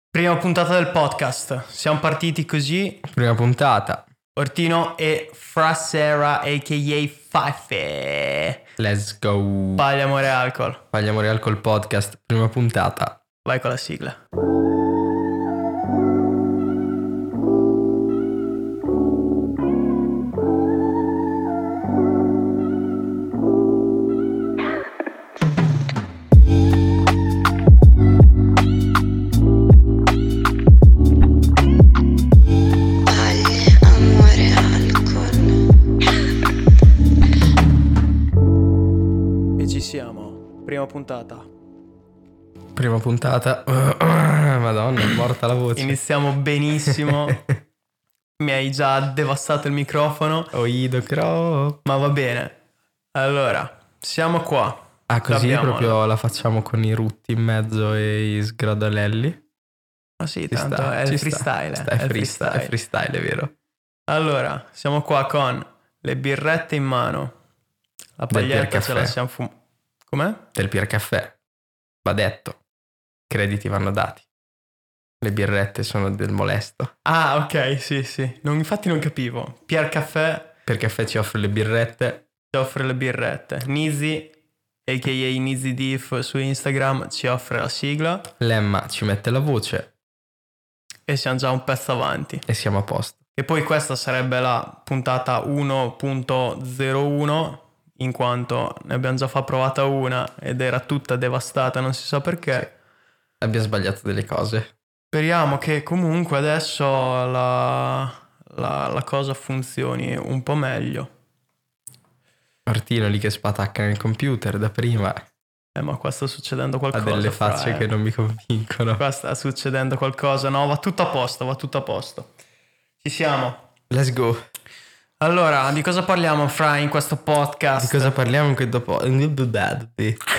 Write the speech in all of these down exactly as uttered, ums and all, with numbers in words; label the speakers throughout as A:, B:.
A: Prima puntata del podcast. Siamo partiti così.
B: Prima puntata.
A: Ortino e Frasera, a k a. Fife.
B: Let's go.
A: Paglia, amore, alcol.
B: Paglia, amore, alcol podcast. Prima puntata.
A: Vai con la sigla. Prima puntata.
B: Prima puntata. Madonna, è morta la voce.
A: Iniziamo benissimo. Mi hai già devastato il microfono.
B: Oido crop.
A: Ma va bene. Allora, siamo qua.
B: Ah, così
A: L'abbiamo...
B: proprio la facciamo con i rutti in mezzo e i sgradolelli.
A: Ma sì,
B: Ci
A: tanto
B: sta,
A: è
B: ci
A: il
B: sta,
A: freestyle.
B: sta, è,
A: è il
B: freestyle,
A: freestyle.
B: è freestyle, è vero.
A: Allora, siamo qua con le birrette in mano. La paglietta ce la siamo fumata. Com'è?
B: Del Pier Caffè. Va detto. Crediti vanno dati. Le birrette sono del Molesto.
A: Ah, ok, sì, sì. Non, infatti non capivo. Pier Caffè.
B: Pier Caffè ci offre le birrette.
A: Ci offre le birrette. Nizi, a k a. Nizi Diff su Instagram, ci offre la sigla.
B: Lemma ci mette la voce.
A: E siamo già un pezzo avanti.
B: E siamo a posto.
A: E poi questa sarebbe la puntata uno punto zero uno, in quanto ne abbiamo già fa provata una ed era tutta devastata, non si sa perché.
B: Sì. Abbiamo sbagliato delle cose.
A: Speriamo che comunque adesso la, la, la cosa funzioni un po' meglio.
B: Martino lì che spatacca nel computer da prima.
A: Eh, ma qua sta succedendo qualcosa.
B: Ha delle facce
A: fra, eh.
B: che non mi convincono.
A: Qua sta succedendo qualcosa. No, va tutto a posto, va tutto a posto. Ci siamo.
B: Let's go.
A: Allora, di cosa parliamo, Fra, in questo podcast?
B: Di cosa parliamo in questo podcast?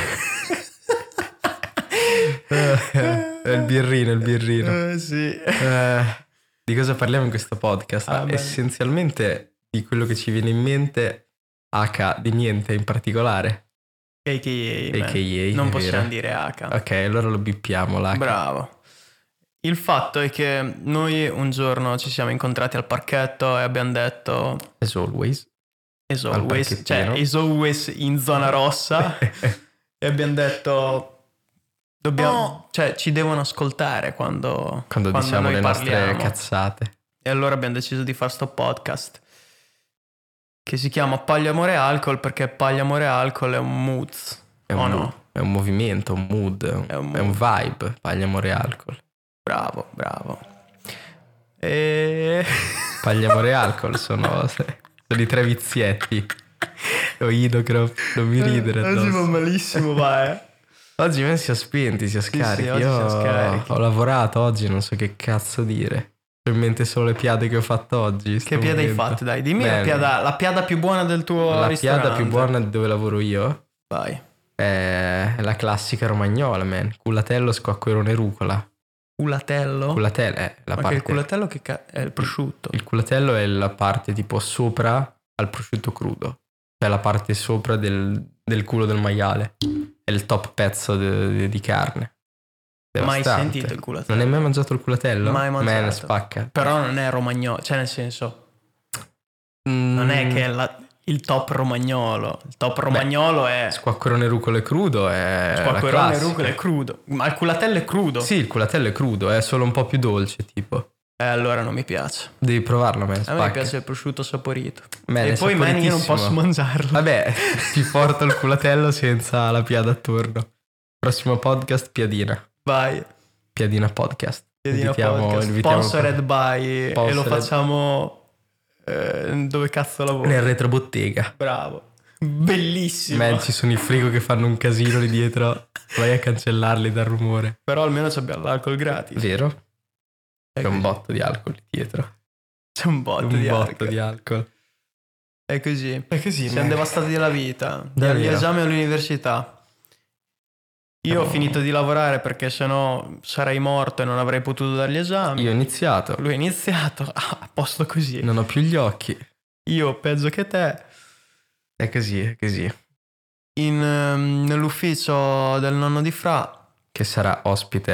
B: È il birrino, il birrino.
A: Eh, sì.
B: Eh, di cosa parliamo in questo podcast?
A: Ah,
B: essenzialmente di quello che ci viene in mente, H di niente in particolare.
A: A K A.
B: A K A,
A: non
B: è
A: possiamo
B: vero.
A: dire H.
B: Ok, allora lo bippiamo l'H.
A: Bravo. Il fatto è che noi un giorno ci siamo incontrati al parchetto e abbiamo detto
B: As always.
A: As always, cioè as always in zona rossa. E abbiamo detto dobbiamo, oh. cioè ci devono ascoltare quando,
B: quando,
A: quando
B: diciamo
A: noi
B: le
A: parliamo.
B: nostre cazzate.
A: E allora abbiamo deciso di fare sto podcast che si chiama Paglia, amore, alcol, perché Paglia, amore, alcol è un mood.
B: È un,
A: oh
B: mood,
A: no?
B: è un movimento, un mood, è un,
A: mood.
B: È un vibe. Paglia, amore, alcol.
A: Bravo, bravo. E...
B: Paglia, amore, alcol sono, sono i tre vizietti. Oido, crop, non mi ridere.
A: Oggi va malissimo, va, eh.
B: Oggi me si è spenti, si è scarichi. Sì, sì, Io scarichi. Ho lavorato oggi, non so che cazzo dire. Ho in mente solo le piade che ho fatto oggi.
A: Che piade hai fatto, dai? Dimmi la piada, la piada più buona del tuo
B: la
A: ristorante.
B: La piada più buona di dove lavoro io.
A: Vai.
B: È la classica romagnola, man. Culatello, squacquerone, rucola.
A: Culatello?
B: Culatello è la
A: Ma
B: parte...
A: che il culatello che ca... è il prosciutto.
B: Il culatello è la parte tipo sopra al prosciutto crudo. Cioè la parte sopra del, del culo del maiale. È il top pezzo de, de, di carne.
A: Mai sentito il culatello?
B: Non hai mai mangiato il culatello?
A: Mai mangiato.
B: Man, spacca.
A: Però non è romagnolo, cioè nel senso...
B: Mm.
A: Non è che è la... il top romagnolo. Il top romagnolo Beh, è...
B: Squacquerone, rucolo e crudo è
A: Squacquerone, rucolo e crudo. Ma il culatello è crudo?
B: Sì, il culatello è crudo, è solo un po' più dolce tipo.
A: Eh, allora non mi piace.
B: Devi provarlo, man,
A: a me mi piace il prosciutto saporito.
B: Man,
A: e poi man, io non posso mangiarlo.
B: Vabbè, ti porto il culatello senza la piada attorno. Prossimo podcast, piadina.
A: Vai.
B: Piadina podcast.
A: Piadina
B: invitiamo,
A: podcast.
B: Invitiamo
A: Sponsored by. Sponsored. E lo facciamo eh, dove cazzo lavoro?
B: Nel retrobottega.
A: Bravo. Bellissimo.
B: Man, ci sono i frigo che fanno un casino lì dietro. Vai a cancellarli dal rumore.
A: Però almeno abbiamo l'alcol gratis.
B: Vero? C'è un botto di alcol dietro.
A: C'è un botto,
B: un
A: di,
B: botto
A: alcol.
B: di alcol.
A: È così.
B: È così.
A: Siamo devastati dalla vita. Dagli esami all'università. Io oh. ho finito di lavorare perché sennò sarei morto e non avrei potuto dare gli esami.
B: Io ho iniziato.
A: Lui ha iniziato. Ah, a posto così.
B: Non ho più gli occhi.
A: Io peggio che te.
B: È così, è così.
A: In, um, nell'ufficio del nonno di Fra.
B: Che sarà ospite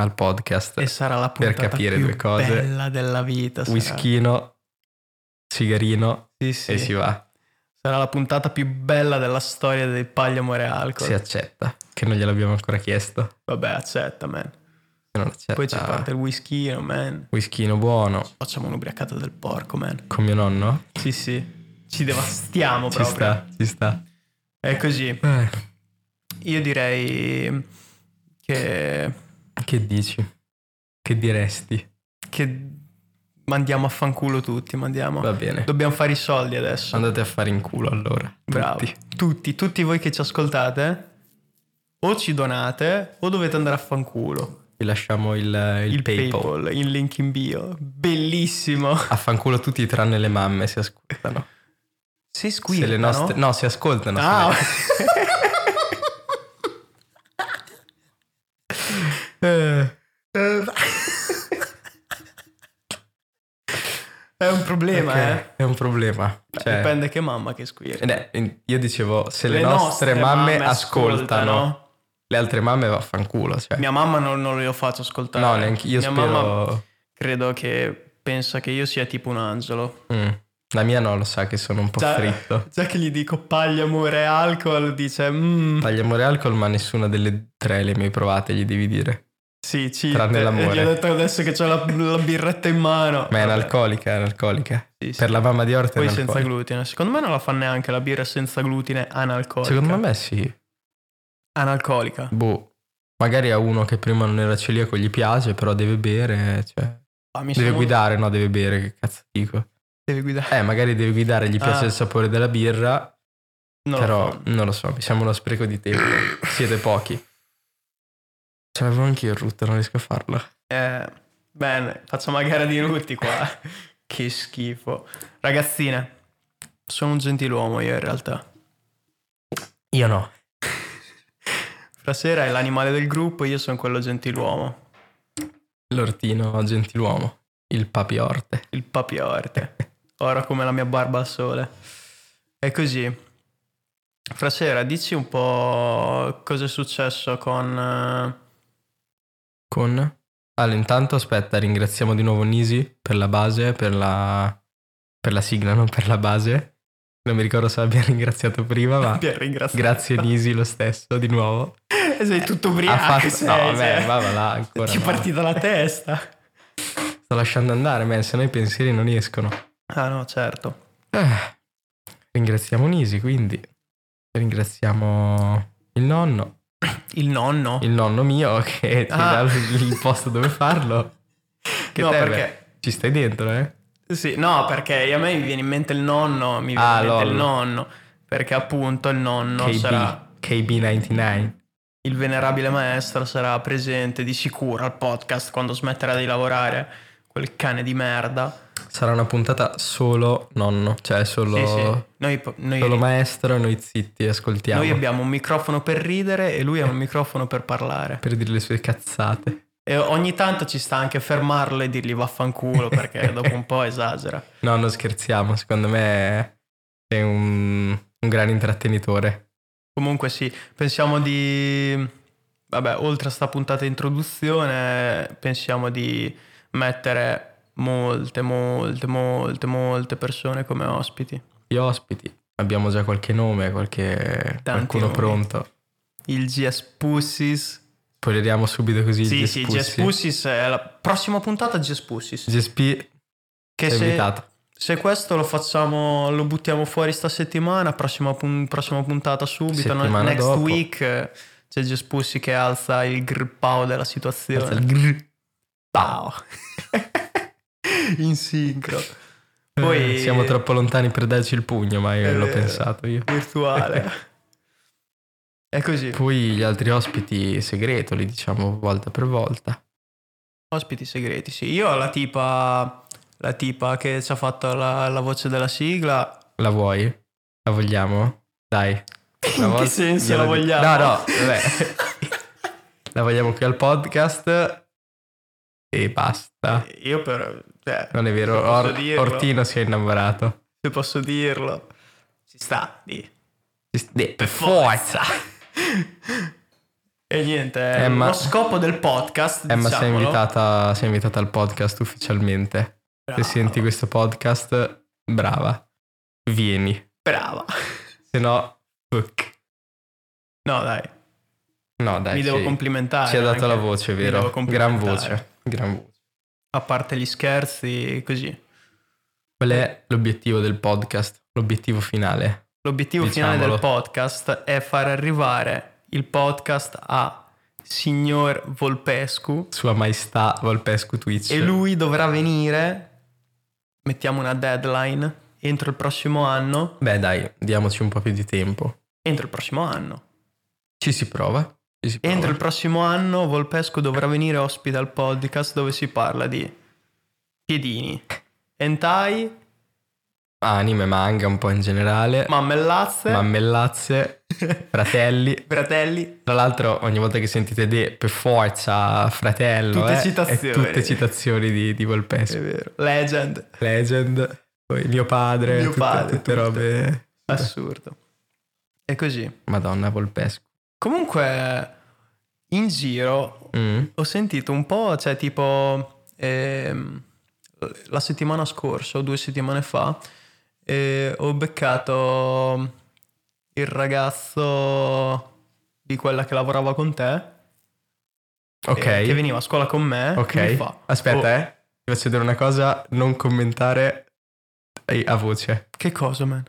B: al podcast.
A: E sarà la puntata
B: per capire
A: più
B: due cose.
A: bella della vita. Sarà.
B: Whiskino, sigarino
A: Sì, sì.
B: e si va.
A: Sarà la puntata più bella della storia del Paglia Amore Alcol.
B: Si accetta, che non gliel'abbiamo ancora chiesto.
A: Vabbè, accetta, man.
B: Se non accetta.
A: Poi ci parte il whiskino, man.
B: Whiskino buono.
A: Facciamo un'ubriacata del porco, man.
B: Con mio nonno?
A: Sì, sì. Ci devastiamo
B: Ci
A: proprio.
B: sta, ci sta.
A: È così.
B: Eh,
A: Io direi che...
B: che dici? Che diresti?
A: Che mandiamo a fanculo tutti, mandiamo.
B: Va bene.
A: Dobbiamo fare i soldi adesso.
B: Andate a fare in culo allora.
A: Bravo.
B: Tutti.
A: Tutti, tutti voi che ci ascoltate, o ci donate o dovete andare a fanculo.
B: Vi lasciamo il, il,
A: Il
B: PayPal.
A: PayPal, il link in bio. Bellissimo.
B: Affanculo tutti tranne le mamme, si ascoltano.
A: Si
B: Se
A: squillano?
B: le nostre... No, si ascoltano.
A: Ah,
B: Eh,
A: è un problema,
B: ok,
A: eh.
B: È un problema. Cioè,
A: Dipende che mamma che squilla.
B: eh, io dicevo, se le, nostre, mamme, ascoltano, le altre mamme vaffanculo. Cioè.
A: Mia mamma non, non lo faccio ascoltare.
B: No, neanche io
A: Mia
B: spero...
A: mamma credo che pensa che io sia tipo un angelo.
B: Mm. La mia no, lo sa che sono un po'
A: Già,
B: fritto.
A: già che gli dico paglia, amore, alcol, dice... Mm.
B: Paglia, amore, alcol, ma nessuna delle tre le mai provate, gli devi dire.
A: Sì, ci
B: Tranne l'amore.
A: Gli ho detto adesso che ho la, la birretta in mano.
B: Ma è
A: Vabbè.
B: analcolica, è analcolica.
A: Sì, sì.
B: Per la mamma di Orta
A: Poi
B: è
A: senza
B: analcolica.
A: glutine. Secondo me non la fa neanche la birra senza glutine analcolica.
B: Secondo me sì.
A: Analcolica.
B: Boh. Magari a uno che prima non era celiaco gli piace, però deve bere, cioè...
A: Ah, mi
B: Deve
A: sono-
B: guidare, no, deve bere, che cazzo dico.
A: Deve guidare.
B: Eh, magari deve guidare, gli piace
A: Ah.
B: il sapore della birra,
A: Non lo
B: però
A: fa.
B: non lo so, mi sembra uno spreco di tempo. Siete pochi. Ce l'avevo anch'io il root, non riesco a farlo.
A: Eh, bene, facciamo la gara di rutti qua. Che schifo. Ragazzine, sono un gentiluomo io in realtà.
B: Io no.
A: Frasera è l'animale del gruppo, io sono quello gentiluomo.
B: L'ortino gentiluomo. Il papiorte.
A: Il papiorte. Ora come la mia barba al sole. È così. Frasera, dici un po' cosa è successo con... eh,
B: Con... Allora, intanto aspetta, ringraziamo di nuovo Nisi per la base, per la... per la sigla, non per la base. Non mi ricordo se l'abbia ringraziato prima, ma
A: Ti ha ringraziato.
B: grazie Nisi lo stesso, di nuovo.
A: Sei tutto
B: Ha
A: ubriaco.
B: fatto...
A: sei,
B: No, vabbè,
A: cioè.
B: va, va là ancora.
A: Ti è
B: no.
A: partita la testa.
B: Sto lasciando andare, man, se no i pensieri non escono.
A: Ah no, certo.
B: Eh, ringraziamo Nisi, quindi. Ringraziamo il nonno.
A: Il nonno?
B: Il nonno mio che ti
A: Ah.
B: dà il il posto dove farlo. Che
A: No,
B: te,
A: perché-
B: beh, ci stai dentro, eh?
A: Sì, no, perché a me mi viene in mente il nonno, mi viene
B: Ah,
A: in mente
B: lol.
A: il nonno, perché appunto il nonno
B: K B,
A: sarà,
B: K B novantanove.
A: il venerabile maestro sarà presente di sicuro al podcast quando smetterà di lavorare, quel cane di merda.
B: Sarà una puntata solo nonno, cioè solo,
A: Sì, sì. Noi, noi,
B: solo maestro e noi zitti ascoltiamo
A: noi abbiamo un microfono per ridere e lui ha un microfono per parlare.
B: per dire le sue cazzate.
A: E ogni tanto ci sta anche fermarlo e dirgli vaffanculo perché dopo un po' esagera.
B: No, non scherziamo, secondo me è un, un gran intrattenitore.
A: Comunque sì, pensiamo di... Vabbè, oltre a sta puntata introduzione, pensiamo di mettere molte, molte, molte, molte persone come ospiti.
B: Gli ospiti, abbiamo già qualche nome, qualche qualcuno
A: nomi.
B: pronto.
A: Il G S Pussies.
B: Spoileriamo subito così
A: Sì,
B: il
A: sì,
B: G
A: G
B: S
A: S Pussies è la prossima puntata G S Pussies.
B: G S P
A: Che
B: sei
A: se,
B: invitato.
A: se questo lo facciamo, lo buttiamo fuori sta settimana, prossima, pun- prossima puntata subito, no?
B: Settimana
A: next
B: dopo.
A: week eh, c'è G S Pussy che alza il grippao della situazione.
B: Alza il grrr.
A: Pau. In sincro. Poi
B: Eh, siamo troppo lontani per darci il pugno, ma io
A: È
B: l'ho
A: vero.
B: pensato io.
A: virtuale. È così.
B: Poi gli altri ospiti segreto li diciamo volta per volta.
A: Ospiti segreti, sì. Io ho la tipa, la tipa che ci ha fatto la, la voce della sigla.
B: La vuoi? La vogliamo? Dai. Una
A: In
B: volta
A: che senso
B: gliela
A: la
B: di-
A: vogliamo?
B: No, no, vabbè. La vogliamo qui al podcast e basta.
A: Io per... Cioè,
B: Non è vero,
A: se posso
B: Or-
A: dirlo,
B: Ortino si è innamorato.
A: Se posso dirlo. Ci sta, di.
B: Di- Per forza.
A: E niente,
B: Emma,
A: lo scopo del podcast,
B: Emma sei
A: diciamolo.
B: invitata, sei invitata al podcast ufficialmente.
A: Bravo.
B: Se senti questo podcast, brava, vieni.
A: Brava.
B: Se no, fuck.
A: No, dai.
B: No, dai.
A: Mi devo
B: ci-
A: complimentare.
B: Ci ha dato
A: anche.
B: la voce,
A: Mi devo
B: vero? Gran
A: complimentare.
B: voce. Gran voce.
A: A parte gli scherzi, così.
B: Qual è l'obiettivo del podcast? L'obiettivo finale?
A: L'obiettivo finale
B: Diciamolo.
A: del podcast è far arrivare il podcast a signor Volpescu
B: Sua Maestà Volpescu Twitch.
A: e lui dovrà venire, mettiamo una deadline, entro il prossimo anno.
B: Beh dai, diamoci un po' più di tempo.
A: Entro il prossimo anno.
B: Ci si prova. Ci si prova.
A: Entro il prossimo anno Volpescu dovrà venire ospite al podcast dove si parla di piedini, hentai,
B: Anime, manga un po' in generale.
A: mammellazze,
B: Mammellazze, fratelli.
A: fratelli.
B: Tra l'altro ogni volta che sentite de, per forza, fratello,
A: Tutte
B: eh,
A: citazioni.
B: è tutte citazioni di, di Volpescu.
A: È vero. Legend.
B: Legend, poi mio padre,
A: Mio
B: tutte,
A: padre,
B: tutte
A: tutte.
B: robe.
A: Assurdo. È così.
B: Madonna Volpescu.
A: Comunque, in giro
B: Mm.
A: ho sentito un po', cioè tipo ehm, la settimana scorsa o due settimane fa eh, ho beccato il ragazzo di quella che lavorava con te,
B: Ok.
A: eh, che veniva a scuola con me.
B: Ok.
A: Mi fa,
B: Aspetta,
A: "Oh,
B: eh. Ti faccio dire una cosa, non commentare eh, a voce.
A: Che cosa, man?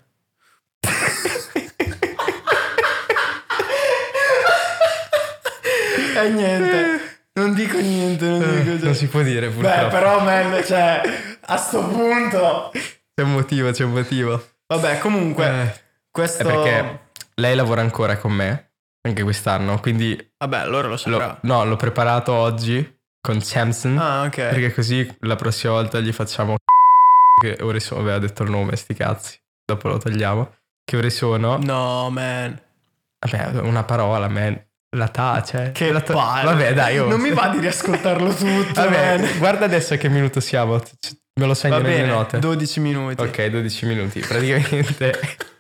A: E niente, non dico niente, non
B: Eh,
A: dico
B: non si può dire purtroppo.
A: Beh, però, man, cioè, a sto punto.
B: C'è un motivo, c'è un motivo.
A: Vabbè, comunque,
B: Eh,
A: questo...
B: È perché lei lavora ancora con me, anche quest'anno, quindi
A: Vabbè, allora lo saprà.
B: lo, no, l'ho preparato oggi con Samson,
A: Ah, ok.
B: perché così la prossima volta gli facciamo che ore sono, aveva detto il nome, sti cazzi, dopo lo tagliamo. Che ore sono?
A: No, man.
B: Vabbè, una parola, man. La tace.
A: Che
B: la ta-
A: palle.
B: Vabbè, dai, oh.
A: Non mi va di riascoltarlo tutto,
B: Vabbè,
A: man.
B: guarda adesso a che minuto siamo. Me lo segno
A: Va
B: nelle
A: bene,
B: note.
A: dodici minuti.
B: Ok, dodici minuti. Praticamente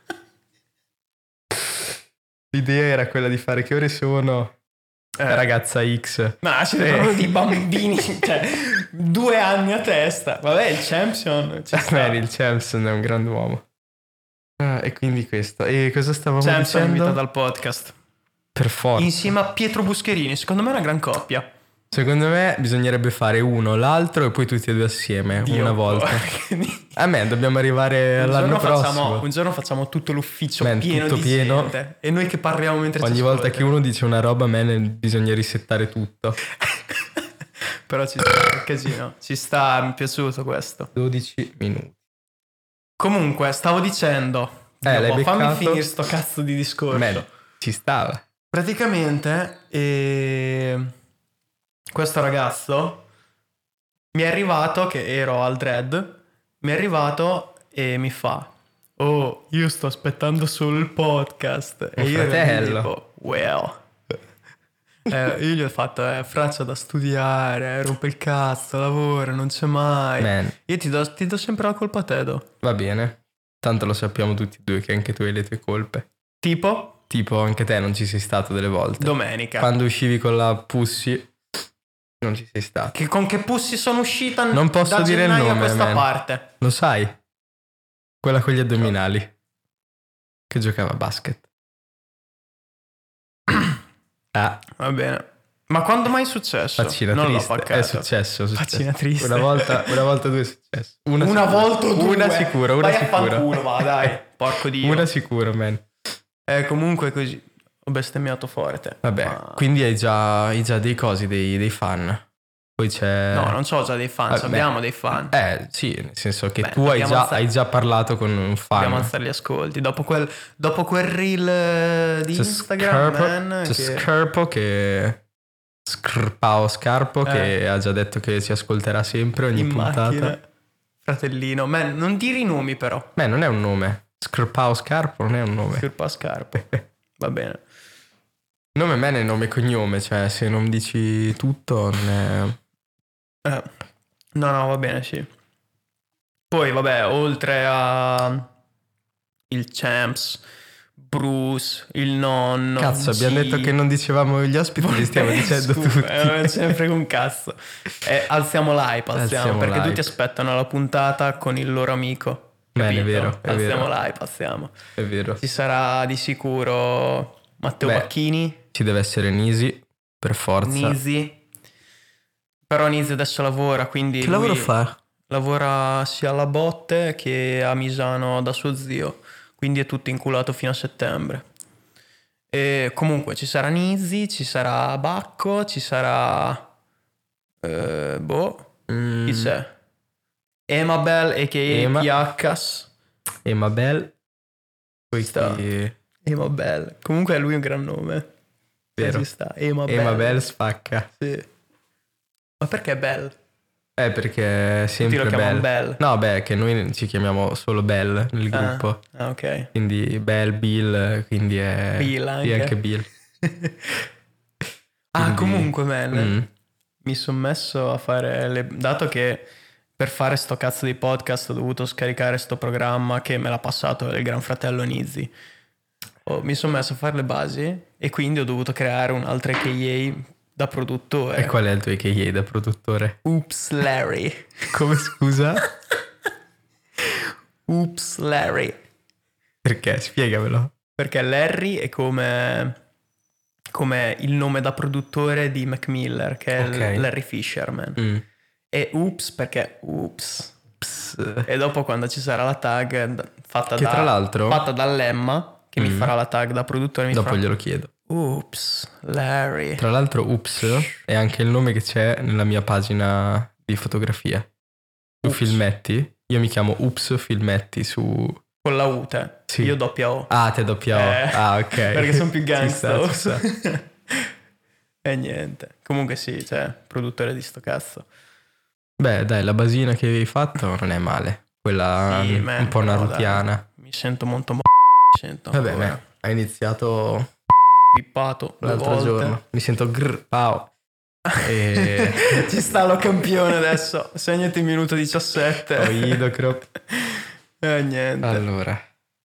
B: l'idea era quella di fare che ore sono,
A: Eh,
B: ragazza X.
A: Ma siete
B: Eh.
A: proprio di bambini, cioè, due anni a testa. Vabbè, il champion ci sta.
B: Beh, il Samson è un grand'uomo. Ah, e quindi questo. E cosa stavamo
A: Champion
B: dicendo?
A: invitato al podcast.
B: Per forza.
A: Insieme a Pietro Buscherini, secondo me è una gran coppia.
B: Secondo me bisognerebbe fare uno, l'altro e poi tutti e due assieme,
A: Dio,
B: una volta.
A: quindi-
B: A me dobbiamo arrivare
A: Un
B: all'anno
A: giorno,
B: prossimo.
A: facciamo, un giorno facciamo tutto l'ufficio
B: Man,
A: pieno
B: tutto
A: di
B: pieno.
A: gente. E noi che parliamo mentre
B: Ogni
A: ci
B: volta
A: ascoltano.
B: che uno dice una roba a me ne- bisogna risettare tutto.
A: Però ci sta, che casino. Ci sta, mi è piaciuto questo.
B: dodici minuti.
A: Comunque, stavo dicendo...
B: Eh, l'hai
A: Dio, fammi
B: beccato?
A: finire sto cazzo di discorso.
B: Man, ci stava.
A: Praticamente, eh, questo ragazzo mi è arrivato, che ero al Dread, mi è arrivato e mi fa: oh, io sto aspettando solo il podcast.
B: Un
A: e io ero lì
B: fratello.
A: tipo, well. Eh, io gli ho fatto, eh, Fra, c'ho da studiare, rompe il cazzo, lavora, non c'è mai.
B: Man,
A: Io ti do, ti do sempre la colpa a te, do.
B: va bene. Tanto lo sappiamo tutti e due che anche tu hai le tue colpe.
A: Tipo,
B: Tipo, anche te non ci sei stato delle volte.
A: domenica.
B: Quando uscivi con la Pussy, non ci sei stato.
A: Che, con che pussi sono uscita
B: Non posso
A: da
B: dire il
A: gennaio
B: nome,
A: a questa
B: man.
A: parte.
B: Lo sai? Quella con gli addominali. Che giocava a basket. Ah,
A: Va bene. Ma quando mai è successo?
B: faccina
A: non
B: triste.
A: l'ho paccato.
B: È successo, è successo.
A: Faccina triste.
B: Una volta, una volta due è successo.
A: Una,
B: sicura.
A: volta o due.
B: Una sicura, una
A: Vai
B: sicura.
A: a fanculo, va, dai. Porco Dio.
B: Una sicura, man.
A: Eh, comunque è così. Ho bestemmiato forte.
B: Vabbè,
A: Ma-
B: quindi hai già, hai già dei cosi, dei, dei fan. Poi c'è...
A: No, non c'ho già dei fan,
B: Vabbè.
A: abbiamo dei fan.
B: Eh, sì, nel senso che
A: Beh,
B: tu hai
A: dobbiamo
B: già,
A: alzare-
B: hai già parlato con un fan.
A: Dobbiamo alzare gli ascolti. Dopo quel, dopo quel reel eh, di
B: C'è
A: Instagram,
B: Scarpo,
A: man,
B: c'è
A: che-
B: Scarpo che... Scarpao Scarpo che ha già detto che ci ascolterà sempre ogni
A: in
B: puntata.
A: macchina. Fratellino. Man, non dire i nomi però.
B: Beh, non è un nome. Scarpao Scarpo non è un nome.
A: Scarpa scarpe. Va bene.
B: Nome man è nome e cognome, cioè se non dici tutto non è...
A: Eh, no, no, va bene, sì. Poi, vabbè, oltre a il Champs, Bruce, il nonno.
B: Cazzo, abbiamo
A: G.
B: detto che non dicevamo gli ospiti, li stiamo dicendo
A: Scusa,
B: tutti.
A: eh, non ce ne frega un cazzo. Eh, alziamo l'hype, alziamo,
B: Alziamo
A: perché
B: l'hype.
A: tutti aspettano la puntata con il loro amico.
B: Bene, è
A: capito?
B: vero, è
A: alziamo
B: vero.
A: l'hype, alziamo.
B: È vero.
A: Ci sarà di sicuro Matteo
B: Beh,
A: Bacchini,
B: Ci deve essere Nisi, per forza.
A: Nisi. Però Nisi adesso lavora, quindi
B: Che
A: lui
B: lavoro fa?
A: lavora sia alla botte che a Misano da suo zio, quindi è tutto inculato fino a settembre. E comunque ci sarà Nisi, ci sarà Bacco, ci sarà eh, boh,
B: Mm,
A: chi c'è? Emabel a k a.
B: Ema.
A: Piaccas.
B: Emabel. Poi
A: Sta.
B: chi...
A: Emabel. Comunque è lui un gran nome.
B: Vero.
A: Ci sta. Emabel.
B: Emabel spacca.
A: Sì. Ma perché Bell?
B: Eh, perché è sempre
A: Tutti lo chiamano
B: Bell.
A: Bell.
B: No, beh, che noi ci chiamiamo solo Bell nel gruppo.
A: Ah, ok.
B: Quindi Bell, Bill, quindi è...
A: Bill anche.
B: Sì, anche Bill.
A: Ah,
B: Quindi-
A: comunque, man,
B: Mm.
A: mi sono messo a fare le... Dato che per fare sto cazzo di podcast ho dovuto scaricare sto programma che me l'ha passato il Gran Fratello Nizzi. Oh, mi sono messo a fare le basi e quindi ho dovuto creare un altro A K A da produttore.
B: E qual è il tuo A K A da produttore?
A: Oops Larry.
B: Come, scusa?
A: Oops Larry.
B: Perché? Spiegamelo.
A: Perché Larry è come, come il nome da produttore di Mac Miller, che è
B: Ok.
A: il Larry Fisherman.
B: Mm.
A: E Oops perché Oops.
B: Pss.
A: E dopo quando ci sarà la tag d- fatta,
B: Che
A: da,
B: tra l'altro-
A: fatta dall'Emma, che mi
B: Mm.
A: farà la tag da produttore, mi
B: Dopo
A: farà
B: glielo chiedo.
A: Oops Larry.
B: Tra l'altro Ups è anche il nome che c'è nella mia pagina di fotografia. Su
A: Ups.
B: Filmetti. Io mi chiamo Ups Filmetti su...
A: Con la U te.
B: Sì.
A: Io doppia O.
B: Ah, te doppia O.
A: Eh,
B: Ah, ok.
A: Perché sono più
B: Ci
A: gangsta.
B: sta, ci sta.
A: E niente. Comunque sì, cioè, produttore di sto cazzo.
B: Beh, dai, la basina che avevi fatto non è male. Quella
A: Sì,
B: mm,
A: man,
B: un po'
A: però,
B: narutiana.
A: dai, mi sento molto mo- mi sento
B: Vabbè,
A: ancora
B: beh, hai iniziato
A: pippato due
B: l'altro
A: volte.
B: giorno. Mi sento grr, pau. E...
A: Ci sta lo campione adesso. Segnati il minuto diciassette.
B: Oh, Idocrop.
A: Eh, niente.
B: Allora.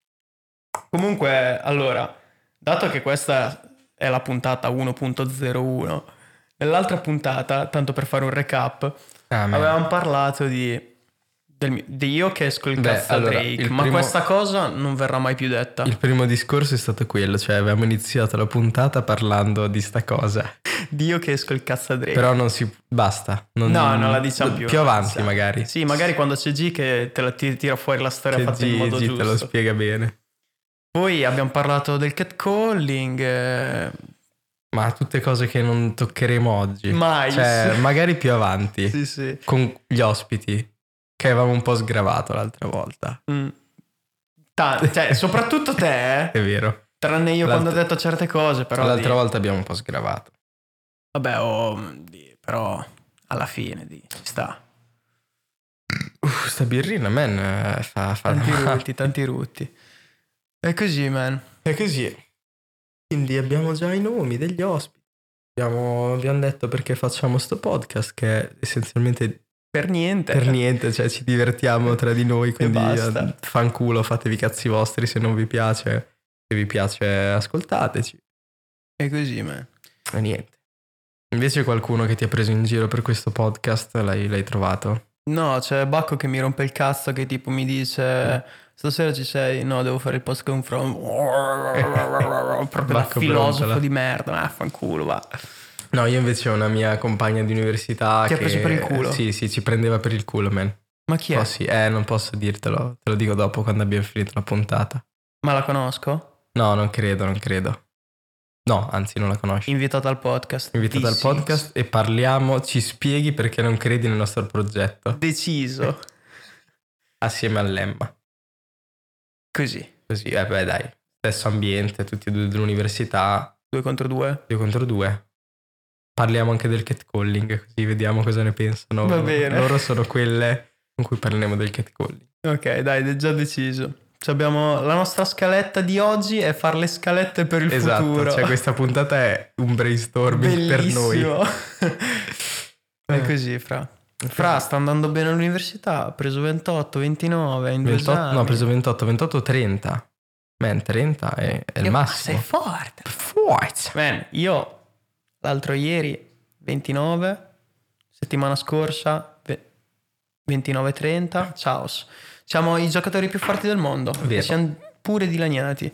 A: Comunque, allora, dato che questa è la puntata uno punto zero uno, nell'altra puntata, tanto per fare un recap,
B: Ah, man.
A: avevamo parlato di, del mio- di io che esco il
B: Beh,
A: cazzo a
B: allora,
A: Drake,
B: il
A: ma
B: primo-
A: questa cosa non verrà mai più detta.
B: Il primo discorso è stato quello, cioè avevamo iniziato la puntata parlando di sta cosa.
A: Di io che esco il cazzo a Drake.
B: Però non si... basta. Non...
A: No, non la diciamo più.
B: Più
A: non la
B: avanti
A: diciamo.
B: magari.
A: Sì, magari quando c'è G che te la ti- tira fuori la storia
B: Che
A: fatta in modo
B: Gigi te lo
A: giusto.
B: spiega bene.
A: Poi abbiamo parlato del catcalling. eh,
B: Ma tutte cose che non toccheremo oggi.
A: Mai.
B: Cioè, magari più avanti.
A: Sì, sì.
B: Con gli ospiti. Che avevamo un po' sgravato l'altra volta.
A: Mm. Ta- cioè, soprattutto te, eh.
B: È vero.
A: Tranne io
B: L'altra-
A: quando ho detto certe cose, però...
B: L'altra
A: di-
B: volta abbiamo un po' sgravato.
A: Vabbè, oh, di- però alla fine di, ci sta.
B: Uff, sta birrina, man, eh, fa... fa...
A: Tanti rutti, tanti rutti. È così, man.
B: È così. Quindi abbiamo già i nomi degli ospiti. Abbiamo, abbiamo detto perché facciamo sto podcast che è essenzialmente
A: Per niente.
B: per niente, cioè ci divertiamo tra di noi, quindi
A: basta.
B: eh, fanculo, fatevi i cazzi vostri se non vi piace. Se vi piace ascoltateci.
A: È così, man.
B: E niente. Invece qualcuno che ti ha preso in giro per questo podcast l'hai, l'hai trovato?
A: No, c'è Bacco che mi rompe il cazzo, che tipo mi dice stasera ci sei? No, devo fare il post con from. Proprio da
B: Bacco
A: filosofo
B: Brontola.
A: di merda. Ma fanculo, va.
B: No, io invece ho una mia compagna di università
A: Ti ha
B: che...
A: preso per il culo?
B: Sì, sì, ci prendeva per il culo, man.
A: Ma chi è?
B: Oh, sì. Eh, non posso dirtelo, te lo dico dopo quando abbiamo finito la puntata.
A: Ma la conosco?
B: No, non credo, non credo. No, anzi non la conosci.
A: Invitata al podcast.
B: Invitata al
A: Deciso.
B: podcast e parliamo, ci spieghi perché non credi nel nostro progetto.
A: Deciso.
B: Assieme all'Emma.
A: Così.
B: Così, eh beh dai, stesso ambiente, tutti e due dell'università,
A: Due contro due.
B: due contro due. Parliamo anche del catcalling, così vediamo cosa ne pensano.
A: Va bene.
B: Loro sono quelle con cui parleremo del catcalling.
A: Ok, dai, è già deciso. Ci abbiamo la nostra scaletta di oggi è fare le scalette per il
B: Esatto,
A: futuro.
B: cioè questa puntata è un brainstorming per noi.
A: Bellissimo. È così, Fra. Fra sta andando bene all'università, ha preso ventotto, ventinove in due
B: ventotto,
A: esami.
B: no, ho preso ventotto, ventotto, trenta. Man, trenta è, è il
A: Che-
B: massimo.
A: Ma sei forte.
B: Forza.
A: Man, io l'altro ieri ventinove, settimana scorsa ve- ventinove trenta, ciao. Siamo i giocatori più forti del mondo.
B: Vero.
A: E siamo pure dilaniati.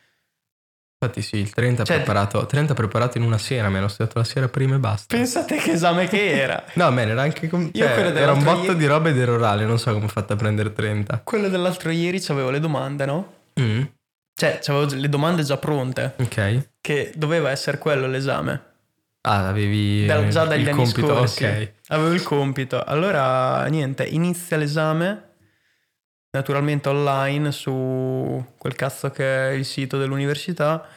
B: Infatti sì, il trenta
A: Cioè-
B: preparato, trenta preparato in una sera, mi hanno studiato la sera prima e basta.
A: Pensate che esame che era.
B: No, man, era anche com-
A: Io
B: cioè,
A: quello
B: era un
A: dell'altro
B: botto
A: ieri-
B: di roba ed era orale, non so come ho fatto a prendere trenta.
A: Quello dell'altro ieri c'avevo le domande, no?
B: Mm,
A: Cioè, c'avevo le domande già pronte.
B: ok.
A: Che doveva essere quello l'esame.
B: Ah, avevi
A: Da- già
B: eh,
A: dagli
B: il
A: anni
B: compito,
A: scorsi.
B: ok.
A: Avevo il compito. Allora, niente, inizia l'esame. Naturalmente online su quel cazzo che è il sito dell'università.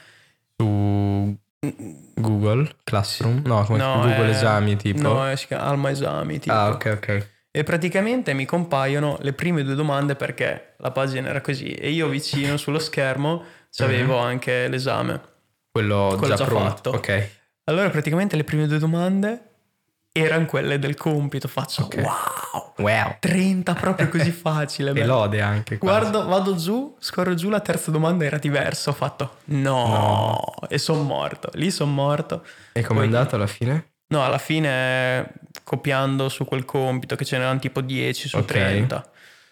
B: Su Google Classroom? No, come
A: No,
B: Google
A: è-
B: Esami tipo.
A: No, è- si chiama Alma Esami, tipo.
B: Ah, ok, ok.
A: E praticamente mi compaiono le prime due domande perché la pagina era così. E io vicino sullo schermo c'avevo anche l'esame.
B: Quello,
A: Quello
B: già,
A: già
B: pronto.
A: fatto.
B: Ok.
A: Allora praticamente le prime due domande erano quelle del compito. Faccio
B: Ok.
A: wow,
B: Wow.
A: trenta proprio così facile.
B: E
A: beh.
B: lode anche quasi.
A: Guardo, vado giù, scorro giù, la terza domanda era diversa. Ho fatto no,
B: No.
A: e sono morto. Lì sono morto.
B: E com'è
A: Poi-
B: andato alla fine?
A: No, alla fine copiando su quel compito che ce n'erano tipo dieci su
B: Ok.
A: trenta.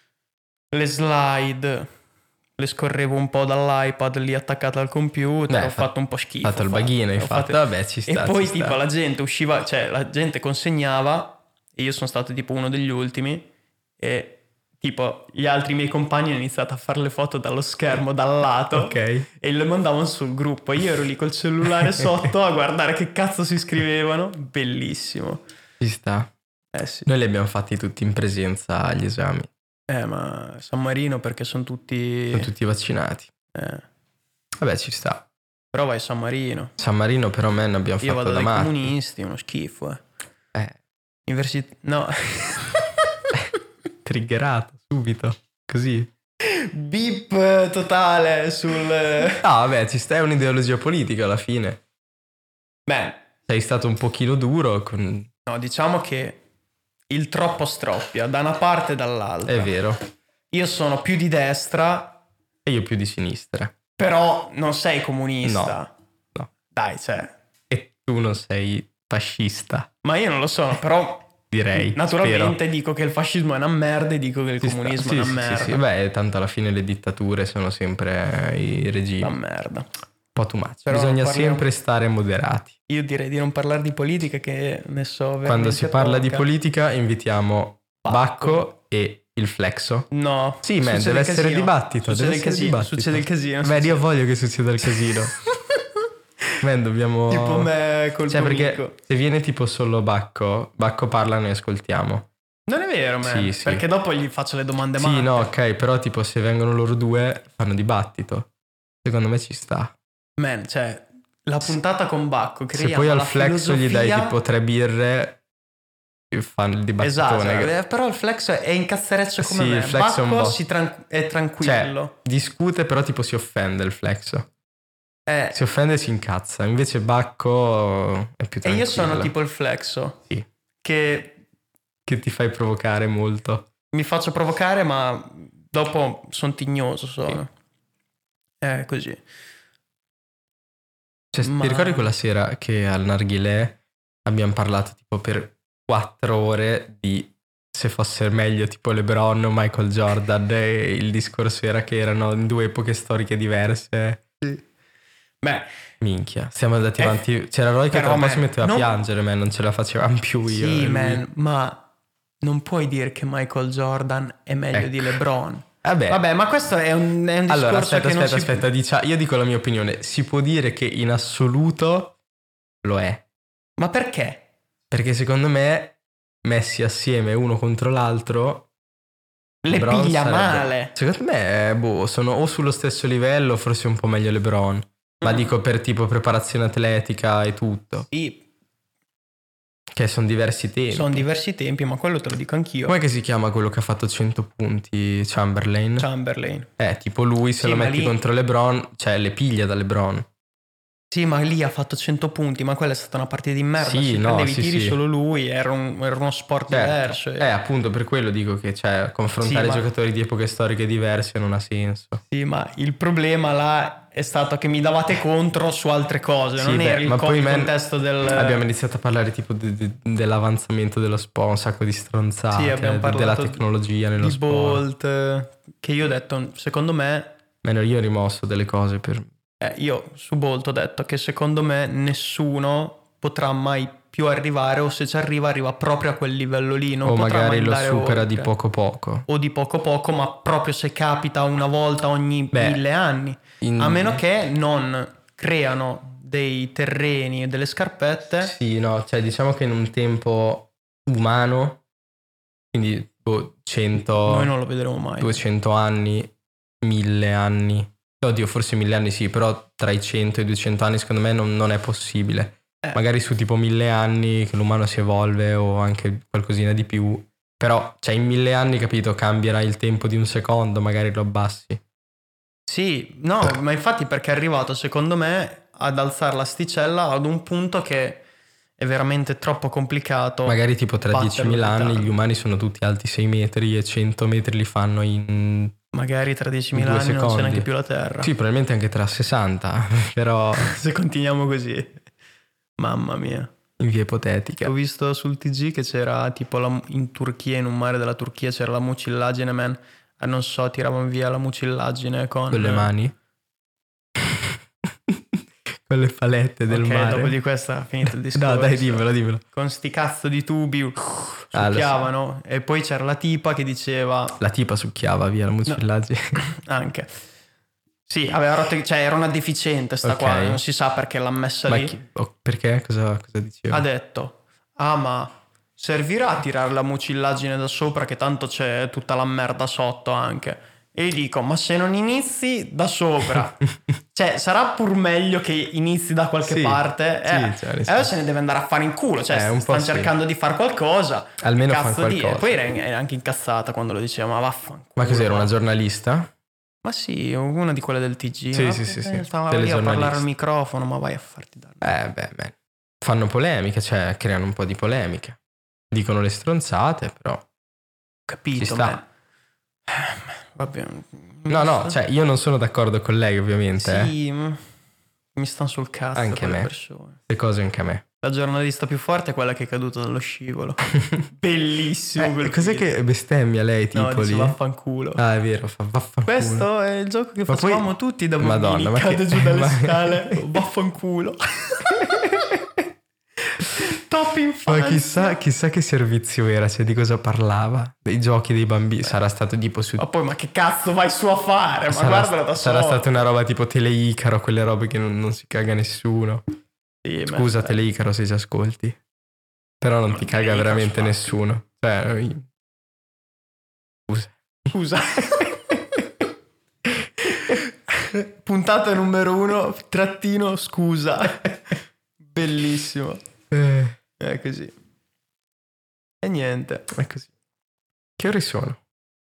A: Le slide le scorrevo un po' dall'iPad lì attaccata al computer.
B: Beh,
A: ho
B: fa-
A: fatto un po' schifo.
B: fatto il
A: ho
B: baghino, hai
A: ho
B: fatto, vabbè, ci sta,
A: E poi
B: ci
A: tipo
B: sta.
A: la gente usciva, cioè la gente consegnava e io sono stato tipo uno degli ultimi e tipo gli altri miei compagni hanno iniziato a fare le foto dallo schermo dal lato
B: Ok.
A: e le mandavano sul gruppo. Io ero lì col cellulare sotto a guardare che cazzo si scrivevano. Bellissimo.
B: Ci sta.
A: Eh sì.
B: Noi li abbiamo fatti tutti in presenza agli esami.
A: Eh ma San Marino perché sono tutti...
B: Sono tutti vaccinati.
A: eh.
B: Vabbè, ci sta.
A: Però vai a San Marino.
B: San Marino però me ne abbiamo
A: Io
B: fatto
A: vado
B: da
A: dai
B: matti.
A: comunisti, uno schifo. Eh.
B: Eh,
A: Università... No.
B: triggerato subito. Così.
A: Beep totale sul...
B: No, vabbè, ci sta, è un'ideologia politica alla fine.
A: Beh,
B: Sei stato un pochino duro con...
A: no, diciamo che il troppo stroppia da una parte e dall'altra.
B: È vero.
A: Io sono più di destra,
B: E io più di sinistra.
A: però non sei comunista.
B: No.
A: Dai, cioè...
B: E tu non sei fascista,
A: Ma io non lo sono, però...
B: direi.
A: Naturalmente
B: spero.
A: dico che il fascismo è una merda e dico che il
B: Ci sta.
A: comunismo
B: Sì,
A: è una
B: sì,
A: merda.
B: Sì, sì. Beh, tanto alla fine le dittature sono sempre eh, i regimi.
A: Una
B: Un
A: merda.
B: po' too much.
A: Però
B: Bisogna
A: parliamo-
B: sempre stare moderati.
A: Io direi di non parlare di politica che ne so veramente
B: Quando si parla di
A: poca.
B: politica invitiamo
A: Bacco.
B: Bacco e il Flexo.
A: No.
B: Sì, man,
A: succede
B: deve
A: il
B: essere
A: casino.
B: dibattito.
A: Succede
B: deve
A: il
B: essere
A: casino.
B: dibattito.
A: Succede il casino.
B: Beh,
A: succede-
B: io voglio che succeda il casino. Man, dobbiamo...
A: Tipo me col
B: Cioè,
A: tuo
B: perché
A: amico.
B: se viene tipo solo Bacco, Bacco parla, noi ascoltiamo.
A: Non è vero, man.
B: Sì, sì.
A: Perché dopo gli faccio le domande
B: Sì,
A: matte.
B: no, ok, però tipo se vengono loro due fanno dibattito. Secondo me ci sta.
A: Man, cioè, la puntata con Bacco creiamo
B: Se poi al
A: la
B: Flexo gli dai
A: filosofia-
B: tipo tre birre, fanno il
A: Esatto,
B: dibattitone.
A: eh, però il Flexo è incazzareccio come
B: Sì,
A: me.
B: il Flexo è un
A: Bacco
B: po'-
A: si tran- è tranquillo.
B: Cioè, discute però tipo si offende il Flexo.
A: Eh,
B: Si offende e si incazza. Invece Bacco è più
A: e
B: tranquillo.
A: io sono tipo il Flexo.
B: Sì.
A: Che
B: Che ti fai provocare molto.
A: mi faccio provocare, ma dopo sono tignoso sono. È così.
B: Cioè,
A: Ma-
B: ti ricordi quella sera che al Narghilè abbiamo parlato tipo per quattro ore di se fosse meglio tipo LeBron o Michael Jordan e il discorso era che erano in due epoche storiche diverse.
A: Beh,
B: Minchia, siamo andati
A: Eh,
B: avanti. C'era Roy che
A: però,
B: tra un po'
A: man,
B: si metteva
A: non-
B: a piangere, ma non ce la facevamo più io. e
A: sì,
B: lui.
A: man, ma non puoi dire che Michael Jordan è meglio
B: Ecco.
A: di LeBron.
B: Vabbè,
A: Vabbè, ma questo è un, è un discorso
B: allora aspetta,
A: che non
B: aspetta,
A: si...
B: aspetta. Dicia- io dico la mia opinione. Si può dire che in assoluto lo è.
A: Ma perché?
B: Perché secondo me, messi assieme uno contro l'altro,
A: Le
B: LeBron
A: piglia
B: sarebbe-
A: male.
B: Secondo me, boh, sono o sullo stesso livello, forse un po' meglio LeBron. Ma
A: Mm.
B: dico per tipo preparazione atletica e tutto.
A: Sì,
B: Che sono diversi tempi.
A: sono diversi tempi, ma quello te lo dico anch'io.
B: Com'è che si chiama quello che ha fatto cento punti? Chamberlain?
A: Chamberlain.
B: Eh, tipo lui se
A: Sì,
B: lo
A: ma
B: metti
A: lì-
B: contro LeBron, cioè le piglia da LeBron.
A: Sì, ma lì ha fatto cento punti, ma quella è stata una partita di merda.
B: Sì,
A: si
B: no,
A: prendevi
B: sì,
A: i tiri
B: sì.
A: solo lui, era, un- era uno sport
B: Certo.
A: diverso.
B: Eh, appunto, per quello dico che cioè, confrontare
A: Sì, ma-
B: giocatori di epoche storiche diverse non ha senso.
A: Sì, ma il problema là è stato che mi davate contro su altre cose,
B: Sì,
A: non
B: beh,
A: era il,
B: ma
A: co-
B: poi
A: il
B: man-
A: contesto del...
B: abbiamo iniziato a parlare tipo di- di- dell'avanzamento dello sport, un sacco di
A: Sì,
B: stronzate,
A: abbiamo
B: de- della
A: parlato
B: tecnologia nello
A: di
B: sport.
A: Bolt, che io ho detto, secondo me,
B: Meno io ho rimosso delle cose per...
A: eh, io su Bolt ho detto che secondo me nessuno potrà mai più arrivare, o se ci arriva arriva proprio a quel livello lì, non
B: o
A: potrà
B: magari
A: mai
B: lo
A: andare
B: supera di
A: oltre.
B: poco poco.
A: O di poco poco, ma proprio se capita una volta ogni
B: Beh,
A: mille anni,
B: in-
A: a meno che non creano dei terreni e delle scarpette.
B: Sì, no, cioè diciamo che in un tempo umano, quindi boh, cento,
A: Noi non lo vedremo mai.
B: duecento anni, mille anni. Oddio, forse mille anni sì, però tra i cento e i duecento anni secondo me non, non è possibile.
A: Eh.
B: Magari su tipo mille anni che l'umano si evolve o anche qualcosina di più. Però, cioè in mille anni, capito, cambierà il tempo di un secondo, magari lo abbassi.
A: Sì, no, ma infatti perché è arrivato secondo me ad alzare l'asticella ad un punto che è veramente troppo complicato.
B: Magari tipo tra
A: batterlo
B: diecimila
A: di
B: anni
A: tanto.
B: gli umani sono tutti alti sei metri e cento metri li fanno in...
A: Magari tra diecimila
B: due
A: anni non c'è
B: secondi.
A: neanche più la Terra.
B: Sì, probabilmente anche tra sessanta, però
A: Se continuiamo così. Mamma mia.
B: in via ipotetica.
A: Ho visto sul T G che c'era tipo la- in Turchia, in un mare della Turchia c'era la mucillagine, man. Eh, non so, tiravano via la mucillagine con...
B: Con le mani. Con le palette del
A: Ok,
B: mare.
A: dopo di questa è finito il discorso.
B: No, dai, dimmelo, dimmelo.
A: Con sti cazzo di tubi uh,
B: Ah, lo so.
A: succhiavano. E poi c'era la tipa che diceva...
B: La tipa succhiava via la mucillagine.
A: Anche. Sì, aveva rotto... Cioè era una deficiente sta
B: Ok.
A: qua, non si sa perché l'ha messa
B: Ma
A: lì.
B: chi- oh, perché? Cosa, cosa diceva?
A: Ha detto, ah ma servirà a tirare la mucillagine da sopra che tanto c'è tutta la merda sotto anche. E gli dico, ma se non inizi da sopra, cioè sarà pur meglio che inizi da qualche
B: Sì,
A: parte,
B: sì,
A: eh,
B: cioè, nel
A: e
B: senso-
A: allora se ne deve andare a fare in culo, cioè
B: Eh, un po'
A: stanno
B: sì.
A: cercando di fare qualcosa.
B: Almeno
A: che
B: fan
A: cazzo di-
B: qualcosa.
A: Poi era, era anche incazzata quando lo diceva, ma vaffanculo.
B: Ma cos'era, una
A: ma-
B: giornalista?
A: Ma sì, una di quelle del T G.
B: Sì,
A: ma
B: sì, sì, sì.
A: Stava lì a parlare
B: Telegiornalista.
A: al microfono, ma vai a farti dare.
B: Eh, beh, beh. Fanno polemiche, cioè creano un po' di polemiche. Dicono le stronzate, però...
A: Capito,
B: Ci sta.
A: ma... Eh, Vabbè.
B: No, no, cioè io non sono d'accordo con lei, ovviamente. eh.
A: Sì, ma mi stanno sul cazzo
B: Anche
A: quelle
B: me.
A: persone.
B: Le cose anche a me.
A: La giornalista più forte è quella che è caduta dallo scivolo. Bellissimo
B: Eh,
A: quel
B: cos'è
A: video.
B: che bestemmia lei, tipo
A: No, dice
B: lì?
A: vaffanculo.
B: Ah, è vero, fa vaffanculo.
A: Questo è il gioco che
B: Ma poi-
A: facevamo tutti da bambini.
B: Madonna, ma
A: Cade
B: che-
A: giù dalle
B: ma-
A: scale. Vaffanculo. Top infanzia.
B: Ma chissà, chissà che servizio era, cioè di cosa parlava. Dei giochi dei bambini. Sarà stato tipo su...
A: Ma poi ma che cazzo vai su a fare? Ma
B: sarà,
A: guardala da
B: sarà
A: sopra.
B: stata una roba tipo Teleicaro, quelle robe che non, non si caga nessuno.
A: Sì, ma-
B: Scusa Teleicaro se ci ascolti. Però non
A: Ma
B: ti caga
A: Teleicaro
B: veramente
A: spacca.
B: nessuno. Cioè... io- Scusa.
A: Scusa. Puntata numero uno, trattino, scusa. Bellissimo.
B: Eh,
A: È così. E niente.
B: è così. Che ore sono?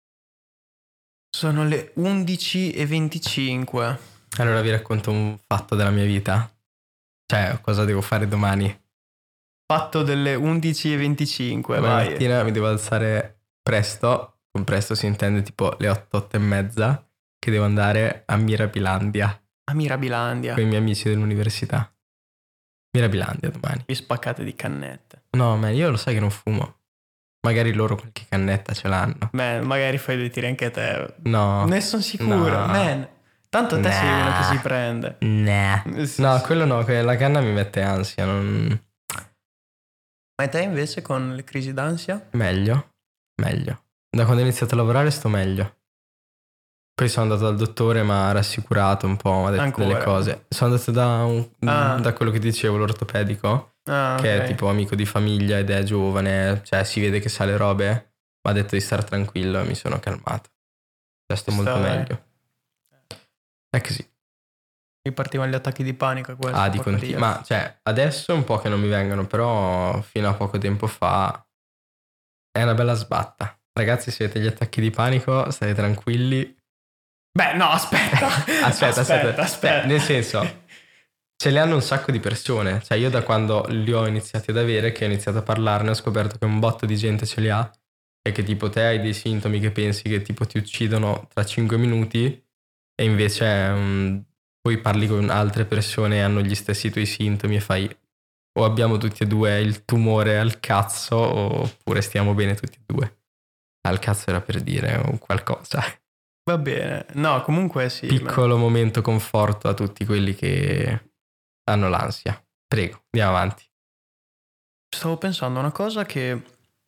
A: Sono le undici e venticinque.
B: Allora vi racconto un fatto della mia vita. Cioè, cosa devo fare domani?
A: Fatto delle undici e venticinque,
B: Domani
A: vai.
B: mattina mi devo alzare presto. Con presto si intende tipo le otto, otto e mezza. Che devo andare a Mirabilandia
A: A Mirabilandia.
B: con i miei amici dell'università. Mirabilandia domani.
A: Vi spaccate di cannette.
B: No, man, io lo sai che non fumo. Magari loro qualche cannetta ce l'hanno.
A: Man, magari fai due tiri anche te.
B: No.
A: Ne sono sicuro,
B: No.
A: man. Tanto te sei
B: Nah.
A: uno che si prende.
B: Nah.
A: Eh, sì,
B: No,
A: sì.
B: quello no, que- la canna mi mette ansia. Non...
A: Ma te invece con le crisi d'ansia?
B: Meglio. Meglio. Da quando ho iniziato a lavorare sto meglio. Poi sono andato dal dottore, mi ha rassicurato un po', mi ha detto
A: Ancora?
B: delle cose. Sono andato da, un-
A: Ah.
B: da quello che ti dicevo, l'ortopedico,
A: Ah,
B: che
A: ok.
B: è tipo amico di famiglia ed è giovane, cioè si vede che sa le robe. Mi ha detto di stare tranquillo e mi sono calmato. Cioè sto
A: Ci
B: molto
A: sta, eh.
B: meglio. È così.
A: Ripartivano gli attacchi di panico a questo.
B: Ah, di continu- Ma cioè, adesso è un po' che non mi vengono, però fino a poco tempo fa è una bella sbatta. Ragazzi, se avete gli attacchi di panico, state tranquilli.
A: Beh, no, aspetta.
B: Aspetta, aspetta,
A: aspetta.
B: Nel senso, ce le hanno un sacco di persone. Cioè io da quando li ho iniziati ad avere, che ho iniziato a parlarne, ho scoperto che un botto di gente ce li ha e che tipo te hai dei sintomi che pensi che tipo ti uccidono tra cinque minuti e invece um, poi parli con altre persone e hanno gli stessi tuoi sintomi e fai o abbiamo tutti e due il tumore al cazzo oppure stiamo bene tutti e due. Al cazzo era per dire o qualcosa.
A: Va bene. No, comunque sì.
B: Piccolo ma... momento conforto a tutti quelli che hanno l'ansia. Prego, andiamo avanti.
A: Stavo pensando a una cosa che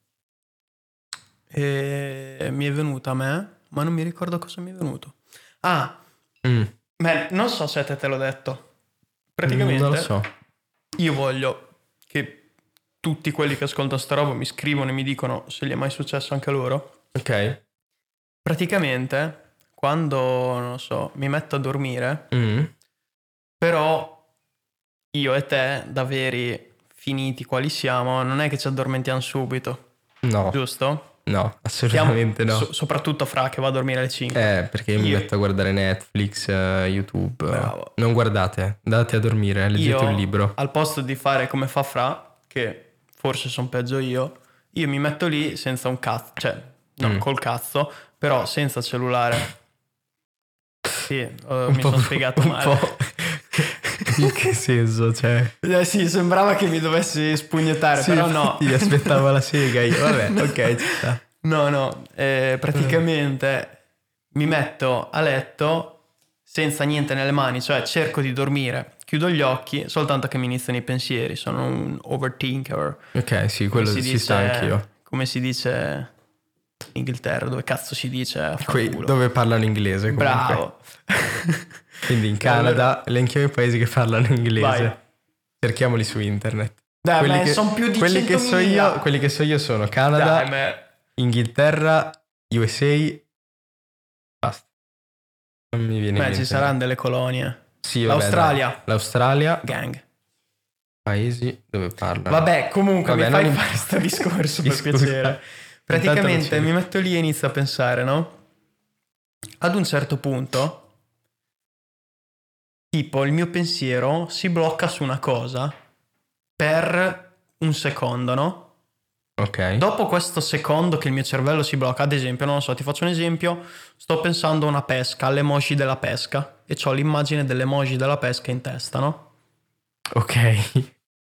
A: eh, mi è venuta a me, ma non mi ricordo cosa mi è venuto. Ah,
B: mm.
A: beh, non so se a te te l'ho detto. Praticamente
B: non lo so.
A: Io voglio che tutti quelli che ascoltano sta roba mi scrivono e mi dicono se gli è mai successo anche a loro.
B: Ok.
A: Praticamente quando, non so, mi metto a dormire,
B: mm.
A: però io e te, da veri finiti quali siamo, non è che ci addormentiamo subito.
B: No.
A: Giusto?
B: No, assolutamente
A: Siamo,
B: no.
A: So, soprattutto Fra che va a dormire alle cinque.
B: Eh, perché io mi metto a guardare Netflix, uh, YouTube.
A: Bravo.
B: Non guardate, andate a dormire, leggete
A: io,
B: un libro.
A: Al posto di fare come fa Fra, che forse sono peggio io, io mi metto lì senza un cazzo, cioè, no,
B: mm.
A: col cazzo, però senza cellulare. Sì, uh, mi
B: sono
A: spiegato
B: un
A: male.
B: Po'. In che senso? Cioè...
A: Eh sì, sembrava che mi dovessi spugnettare,
B: sì,
A: però no.
B: Ti aspettavo la sega io. Vabbè, ok, ci sta.
A: No, no, eh, praticamente mi metto a letto senza niente nelle mani, cioè cerco di dormire, chiudo gli occhi, soltanto che mi iniziano i pensieri, sono un overthinker.
B: Ok, sì, quello si, si sta anch'io.
A: Come si dice in Inghilterra, dove cazzo si dice?
B: Qui, dove parlano inglese comunque.
A: Bravo.
B: Quindi in Canada elenchiamo i paesi che parlano inglese.
A: Vai.
B: Cerchiamoli su internet.
A: Dai,
B: quelli
A: ma
B: che,
A: sono più di
B: quelli che so io, quelli che so io sono Canada,
A: Dai, ma...
B: Inghilterra, U S A. Basta. Non mi viene
A: Beh,
B: in mente.
A: ci saranno delle colonie.
B: Sì, vabbè,
A: L'Australia.
B: Dai. L'Australia.
A: Gang.
B: Paesi dove parlano.
A: Vabbè, comunque
B: vabbè,
A: mi fai
B: non...
A: fare questo discorso per
B: Scusa.
A: piacere. Praticamente mi metto lì e inizio a pensare, no? Ad un certo punto, tipo, il mio pensiero si blocca su una cosa per un secondo, no?
B: Ok.
A: Dopo questo secondo che il mio cervello si blocca, ad esempio, non lo so, ti faccio un esempio, sto pensando a una pesca, all'emoji della pesca, e ho l'immagine dell'emoji della pesca in testa, no?
B: Ok.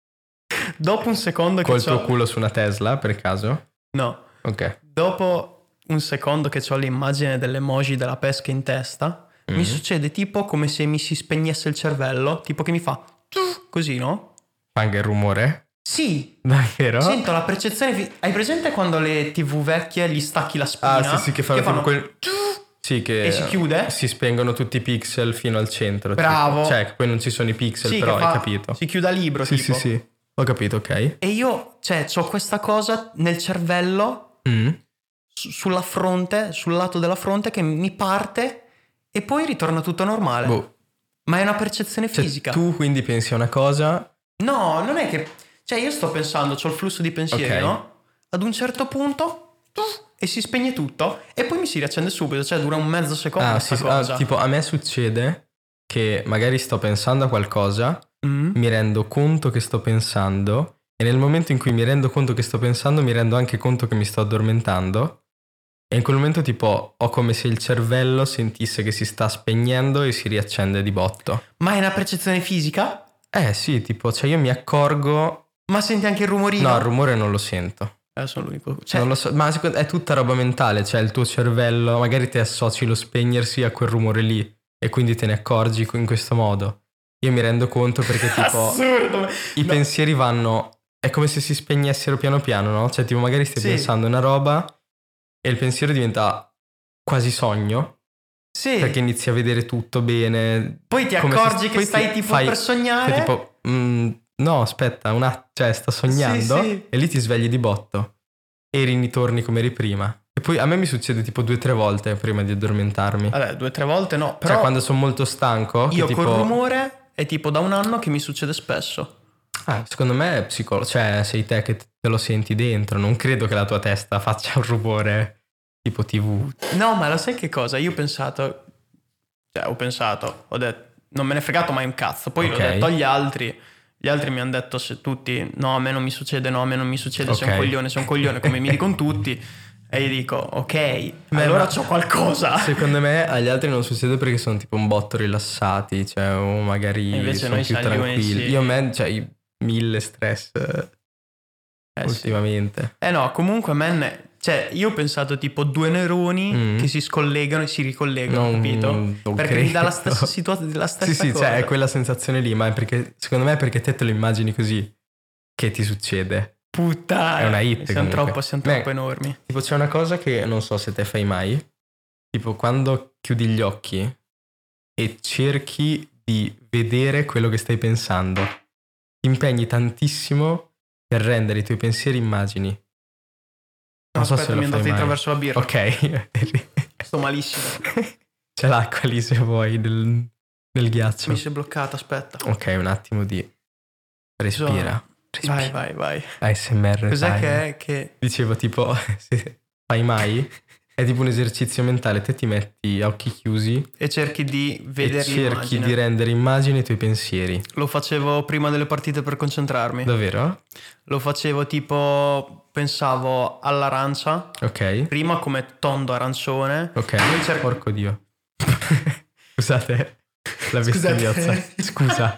A: Dopo un secondo
B: Col
A: che
B: tuo
A: c'ho...
B: culo su una Tesla, per caso?
A: No.
B: Ok.
A: Dopo un secondo che ho l'immagine dell'emoji della pesca in testa, mm-hmm. mi succede tipo come se mi si spegnesse il cervello, tipo che mi fa così, no?
B: Fa anche il rumore?
A: Sì.
B: Davvero?
A: Sento la percezione... Fi- Hai presente quando le tivù vecchie gli stacchi la spina?
B: Ah, sì, sì, che fanno, che fanno... quel... Sì, che
A: e si chiude?
B: Si spengono tutti i pixel fino al centro.
A: Bravo.
B: Tipo. Cioè, che poi non ci sono i pixel,
A: sì,
B: però
A: fa...
B: hai capito.
A: Si chiude a libro,
B: sì,
A: tipo.
B: Sì, sì, ho capito, ok.
A: E io, cioè, ho questa cosa nel cervello,
B: mm.
A: su- sulla fronte, sul lato della fronte, che mi parte e poi ritorna tutto normale.
B: Boh.
A: Ma è una percezione
B: cioè,
A: fisica.
B: Tu quindi pensi a una cosa...
A: No, non è che... Cioè, io sto pensando, c'ho il flusso di pensieri,
B: okay.
A: no? Ad un certo punto... e si spegne tutto e poi mi si riaccende subito, cioè dura un mezzo secondo
B: ah,
A: questa
B: sì,
A: cosa.
B: Ah, tipo a me succede che magari sto pensando a qualcosa,
A: mm.
B: mi rendo conto che sto pensando e nel momento in cui mi rendo conto che sto pensando mi rendo anche conto che mi sto addormentando e in quel momento tipo ho come se il cervello sentisse che si sta spegnendo e si riaccende di botto.
A: Ma è una percezione fisica?
B: Eh sì, tipo, cioè io mi accorgo...
A: Ma senti anche il rumorino?
B: No, il rumore non lo sento.
A: Eh, sono l'unico. Cioè...
B: Non lo so, ma è tutta roba mentale, cioè il tuo cervello, magari ti associ lo spegnersi a quel rumore lì e quindi te ne accorgi in questo modo. Io mi rendo conto perché tipo
A: assurdo.
B: I
A: no.
B: pensieri vanno, è come se si spegnessero piano piano, no? Cioè tipo magari stai sì. pensando una roba e il pensiero diventa quasi sogno.
A: Sì.
B: Perché inizi a vedere tutto bene.
A: Poi ti accorgi se, che stai tipo
B: fai,
A: per sognare.
B: Tipo, mm, no, aspetta, un attimo, cioè sto sognando
A: sì, sì.
B: e lì ti svegli di botto e ritorni come eri prima. E poi a me mi succede tipo due o tre volte prima di addormentarmi.
A: Vabbè, due o tre volte no. Però
B: cioè quando sono molto stanco.
A: Io
B: che tipo...
A: col rumore è tipo da un anno che mi succede spesso.
B: Ah, secondo me è psicologo. Cioè sei te che te lo senti dentro. Non credo che la tua testa faccia un rumore tipo tivù.
A: No, ma lo sai che cosa? Io ho pensato... Cioè ho pensato, ho detto... non me ne è fregato mai un cazzo. Poi
B: Ok.
A: l'ho detto agli altri, gli altri mi hanno detto se tutti, no a me non mi succede, no a me non mi succede, sei un
B: Ok.
A: coglione, sei un coglione, come mi dicono tutti. E io dico, ok,
B: Beh,
A: allora
B: ma
A: c'ho qualcosa.
B: Secondo me agli altri non succede perché sono tipo un botto rilassati, cioè o magari
A: E invece
B: sono
A: noi
B: più
A: siamo gli
B: tranquilli.
A: unici-
B: Io a me, cioè, i mille stress eh,
A: Eh sì.
B: ultimamente.
A: Eh no, comunque a me ne- cioè io ho pensato tipo due neuroni
B: Mm.
A: che si scollegano e si ricollegano,
B: Non,
A: capito?
B: non
A: Perché
B: credo.
A: mi dà la stessa situazione, la stessa
B: Sì, sì,
A: cosa.
B: cioè è quella sensazione lì, ma è perché secondo me è perché te te lo immagini così che ti succede.
A: Puttana.
B: È una hit
A: Siamo
B: comunque.
A: troppo, siamo
B: Beh,
A: troppo enormi.
B: Tipo c'è una cosa che non so se te fai mai, tipo quando chiudi gli occhi e cerchi di vedere quello che stai pensando, ti impegni tantissimo per rendere i tuoi pensieri immagini. Non so
A: Aspetta,
B: se lo
A: mi è
B: fai
A: andata
B: mai.
A: attraverso la birra.
B: Ok.
A: Sto malissimo.
B: C'è l'acqua lì se vuoi nel, nel ghiaccio.
A: Mi si è bloccata, aspetta.
B: Ok, un attimo di respira. respira.
A: Vai, vai, vai.
B: A S M R
A: Cos'è
B: time.
A: che è che...
B: Dicevo tipo, se fai mai, è tipo un esercizio mentale, te ti metti a occhi chiusi
A: E cerchi di vedere
B: e cerchi
A: l'immagine.
B: di rendere immagini ai tuoi pensieri.
A: Lo facevo prima delle partite per concentrarmi.
B: Davvero?
A: Lo facevo tipo... Pensavo all'arancia.
B: Ok.
A: Prima come tondo arancione.
B: Ok.
A: Poi cer-
B: Porco Dio. Scusate la
A: Scusate.
B: bestemmiozza. Scusa.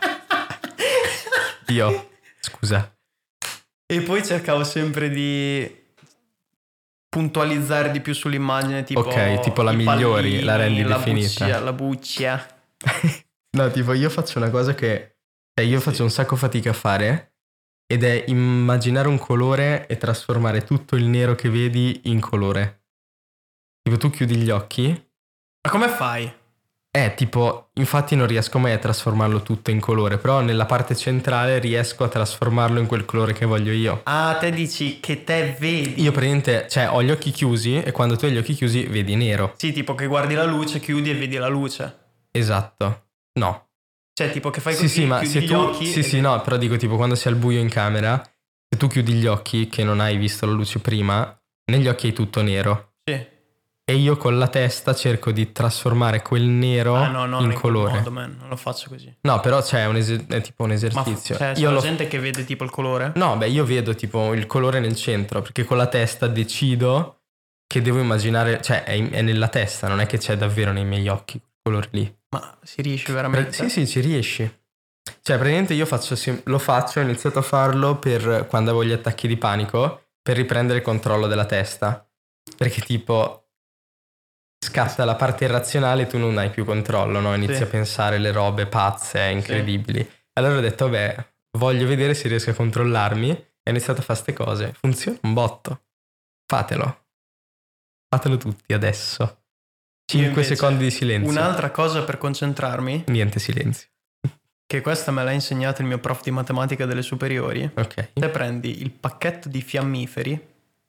B: Dio. Scusa.
A: E poi cercavo sempre di puntualizzare di più sull'immagine, tipo
B: Ok, tipo la
A: i
B: migliori,
A: pallini,
B: la rendi
A: la
B: definita.
A: buccia, la buccia.
B: No, tipo io faccio una cosa che cioè io faccio un sacco fatica a fare ed è immaginare un colore e trasformare tutto il nero che vedi in colore. Tipo tu chiudi gli occhi,
A: Ma come fai?
B: è tipo, infatti non riesco mai a trasformarlo tutto in colore, però nella parte centrale riesco a trasformarlo in quel colore che voglio io.
A: Ah, te dici che te vedi.
B: Io praticamente, cioè ho gli occhi chiusi e quando tu hai gli occhi chiusi vedi nero.
A: Sì, tipo che guardi la luce, chiudi e vedi la luce.
B: Esatto. No.
A: Cioè, tipo che fai
B: Sì,
A: così,
B: sì, ma
A: chiudi
B: se
A: gli
B: tu
A: occhi
B: sì,
A: e
B: sì,
A: vedi-
B: no, però dico tipo quando sei al buio in camera, se tu chiudi gli occhi che non hai visto la luce prima, negli occhi hai tutto nero.
A: Sì.
B: E io con la testa cerco di trasformare quel nero
A: Ah, no, no,
B: in
A: in quel
B: colore.
A: modo, man, non lo faccio così.
B: No, però c'è un es- è tipo un
A: Ma
B: esercizio.
A: cioè,
B: io
A: c'è la
B: lo
A: gente che vede tipo il colore?
B: No, beh, io vedo tipo il colore nel centro, perché con la testa decido che devo immaginare, cioè è, in- è nella testa, non è che c'è davvero nei miei occhi quel colore lì.
A: Ma si riesce
B: Pra-
A: veramente?
B: sì, sì, ci riesci. Cioè, praticamente io faccio sem- lo faccio, ho iniziato a farlo per quando avevo gli attacchi di panico, per riprendere il controllo della testa. Perché tipo scatta la parte irrazionale e tu non hai più controllo, no? Inizi
A: Sì.
B: a pensare le robe pazze, incredibili. Allora ho detto, vabbè, voglio vedere se riesco a controllarmi. E ho iniziato a fare ste cose. Funziona un botto. Fatelo. Fatelo tutti adesso.
A: Io
B: cinque
A: invece,
B: secondi di silenzio.
A: Un'altra cosa per concentrarmi,
B: Niente silenzio.
A: che questa me l'ha insegnato il mio prof di matematica delle superiori.
B: Ok.
A: Te prendi il pacchetto di fiammiferi,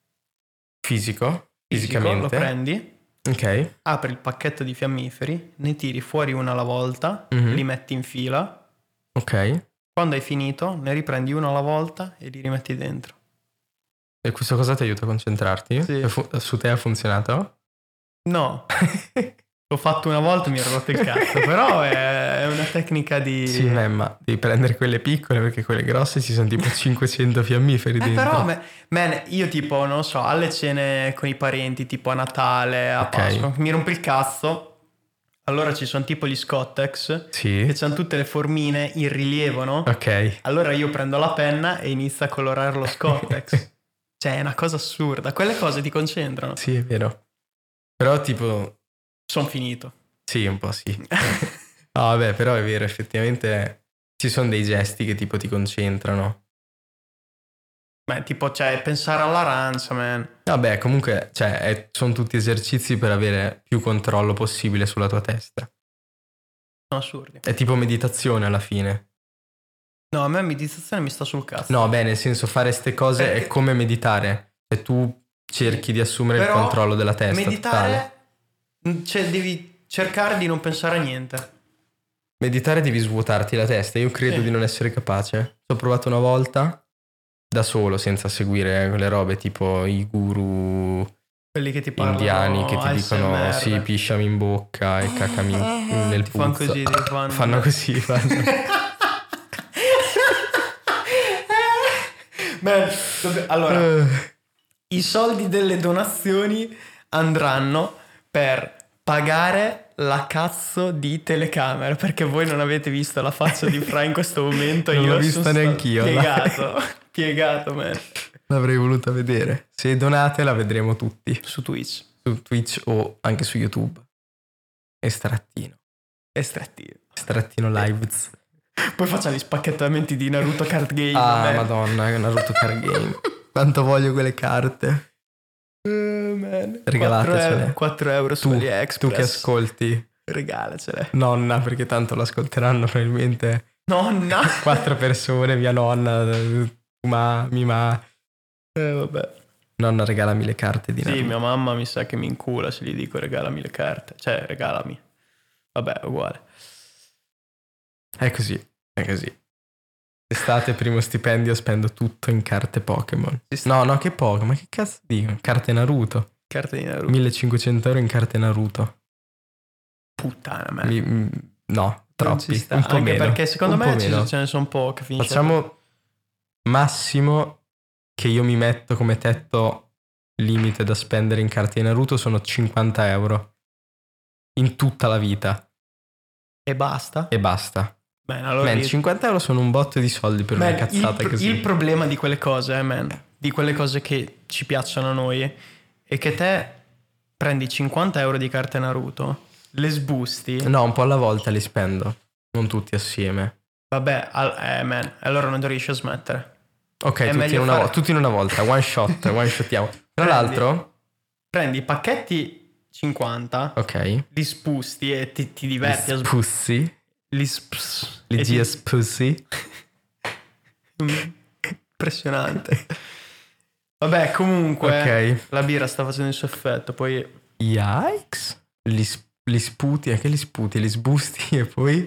B: Fisico.
A: fisico,
B: Fisicamente.
A: lo prendi,
B: Ok.
A: apri il pacchetto di fiammiferi, ne tiri fuori una alla volta,
B: Mhm.
A: li metti in fila.
B: Ok.
A: Quando hai finito, ne riprendi uno alla volta e li rimetti dentro.
B: E questa cosa ti aiuta a concentrarti?
A: Sì.
B: E fu- su te ha funzionato?
A: No, l'ho fatto una volta e mi ero rotto il cazzo, però è, è una tecnica di...
B: Sì, eh, ma devi prendere quelle piccole perché quelle grosse ci sono tipo cinquecento fiammiferi
A: Eh,
B: dentro.
A: però, me- man, io tipo, non lo so, alle cene con i parenti, tipo a Natale, a
B: Ok.
A: Pasqua, mi rompe il cazzo. Allora ci sono tipo gli Scottex,
B: Sì.
A: che hanno tutte le formine in rilievo, no?
B: Ok.
A: Allora io prendo la penna e inizio a colorare lo Scottex. Cioè, è una cosa assurda. Quelle cose ti concentrano.
B: Sì, è vero. Però tipo,
A: Sono finito.
B: sì, un po' sì. No, vabbè, però è vero, effettivamente ci sono dei gesti che tipo ti concentrano.
A: Beh, tipo, cioè, pensare all'arancia, man.
B: Vabbè, comunque, cioè, è- sono tutti esercizi per avere più controllo possibile sulla tua testa.
A: Sono assurdi.
B: È tipo meditazione alla fine.
A: No, a me meditazione mi sta sul cazzo.
B: No, beh, nel senso fare ste cose
A: Perché-
B: è come meditare. Se tu cerchi di assumere
A: Però
B: il controllo della testa totale.
A: meditare, cioè, devi cercare di non pensare a niente.
B: Meditare devi svuotarti la testa. Io credo
A: Sì.
B: di non essere capace. Ci ho provato una volta da solo, senza seguire quelle robe tipo i guru.
A: Quelli quelli che ti parlano
B: indiani che ti
A: A S M R.
B: dicono sì, pisciami in bocca e cacami in- nel
A: Ti fanno
B: puzzo.
A: così, ti fanno...
B: Fanno così, fanno.
A: Man, dove- allora, i soldi delle donazioni andranno per pagare la cazzo di telecamera, perché voi non avete visto la faccia di Fra in questo momento.
B: Non
A: io
B: l'ho vista
A: sono
B: neanch'io,
A: stato
B: dai.
A: Piegato, piegato, man.
B: L'avrei voluta vedere. Se donate la vedremo tutti
A: Su Twitch.
B: su Twitch o anche su YouTube. Estrattino.
A: Estrattivo.
B: Estrattino lives.
A: Poi facciamo gli spacchettamenti di Naruto Card Game.
B: Ah,
A: man.
B: madonna, che Naruto Card Game. Quanto voglio quelle carte.
A: Uh, man.
B: Regalatecele.
A: quattro euro su
B: Tu,
A: AliExpress.
B: tu che ascolti.
A: Regalacele.
B: Nonna, perché tanto l'ascolteranno probabilmente
A: Nonna.
B: quattro persone, mia nonna, ma, mia ma.
A: Eh, vabbè.
B: Nonna, regalami le carte di
A: Sì,
B: Naruto.
A: mia mamma mi sa che mi incula se gli dico regalami le carte. Cioè, regalami. Vabbè, è uguale.
B: È così, è così. Estate, primo stipendio, spendo tutto in carte Pokémon. No, no, che Pokémon, che cazzo dico? Carte Naruto.
A: Carte di Naruto.
B: millecinquecento euro in carte Naruto.
A: Puttana, man.
B: Mi- mm, no,
A: Non
B: troppi.
A: ci sta.
B: Un po'
A: Anche
B: meno,
A: perché secondo
B: un po'
A: me ci-
B: meno.
A: ce ne sono poche. Finisce
B: Facciamo massimo che io mi metto come tetto limite da spendere in carte di Naruto sono cinquanta euro. In tutta la vita.
A: e basta.
B: E basta.
A: Man, allora
B: Man,
A: io-
B: cinquanta euro sono un botto di soldi per
A: Man,
B: una cazzata
A: il,
B: così.
A: il problema di quelle cose, eh, man, di quelle cose che ci piacciono a noi, è che te prendi cinquanta euro di carte Naruto, le sbusti.
B: No, un po' alla volta li spendo. Non tutti assieme.
A: Vabbè, al- eh, man, allora non riesci a smettere.
B: Ok,
A: È
B: tutti in,
A: meglio
B: una
A: fare-
B: vo- tutti in una volta. One shot, one shotiamo. Tra
A: Prendi-
B: l'altro,
A: Prendi i pacchetti cinquanta,
B: ok.
A: li spusti e ti, ti diverti a
B: Li
A: sp-
B: Pussy.
A: li sp-
B: Li
A: e ti-
B: G S Pussy.
A: Impressionante. Vabbè, comunque
B: Ok.
A: la birra sta facendo il suo effetto, poi
B: Yikes. Li, sp- li sputi, anche li sputi, li sbusti e poi...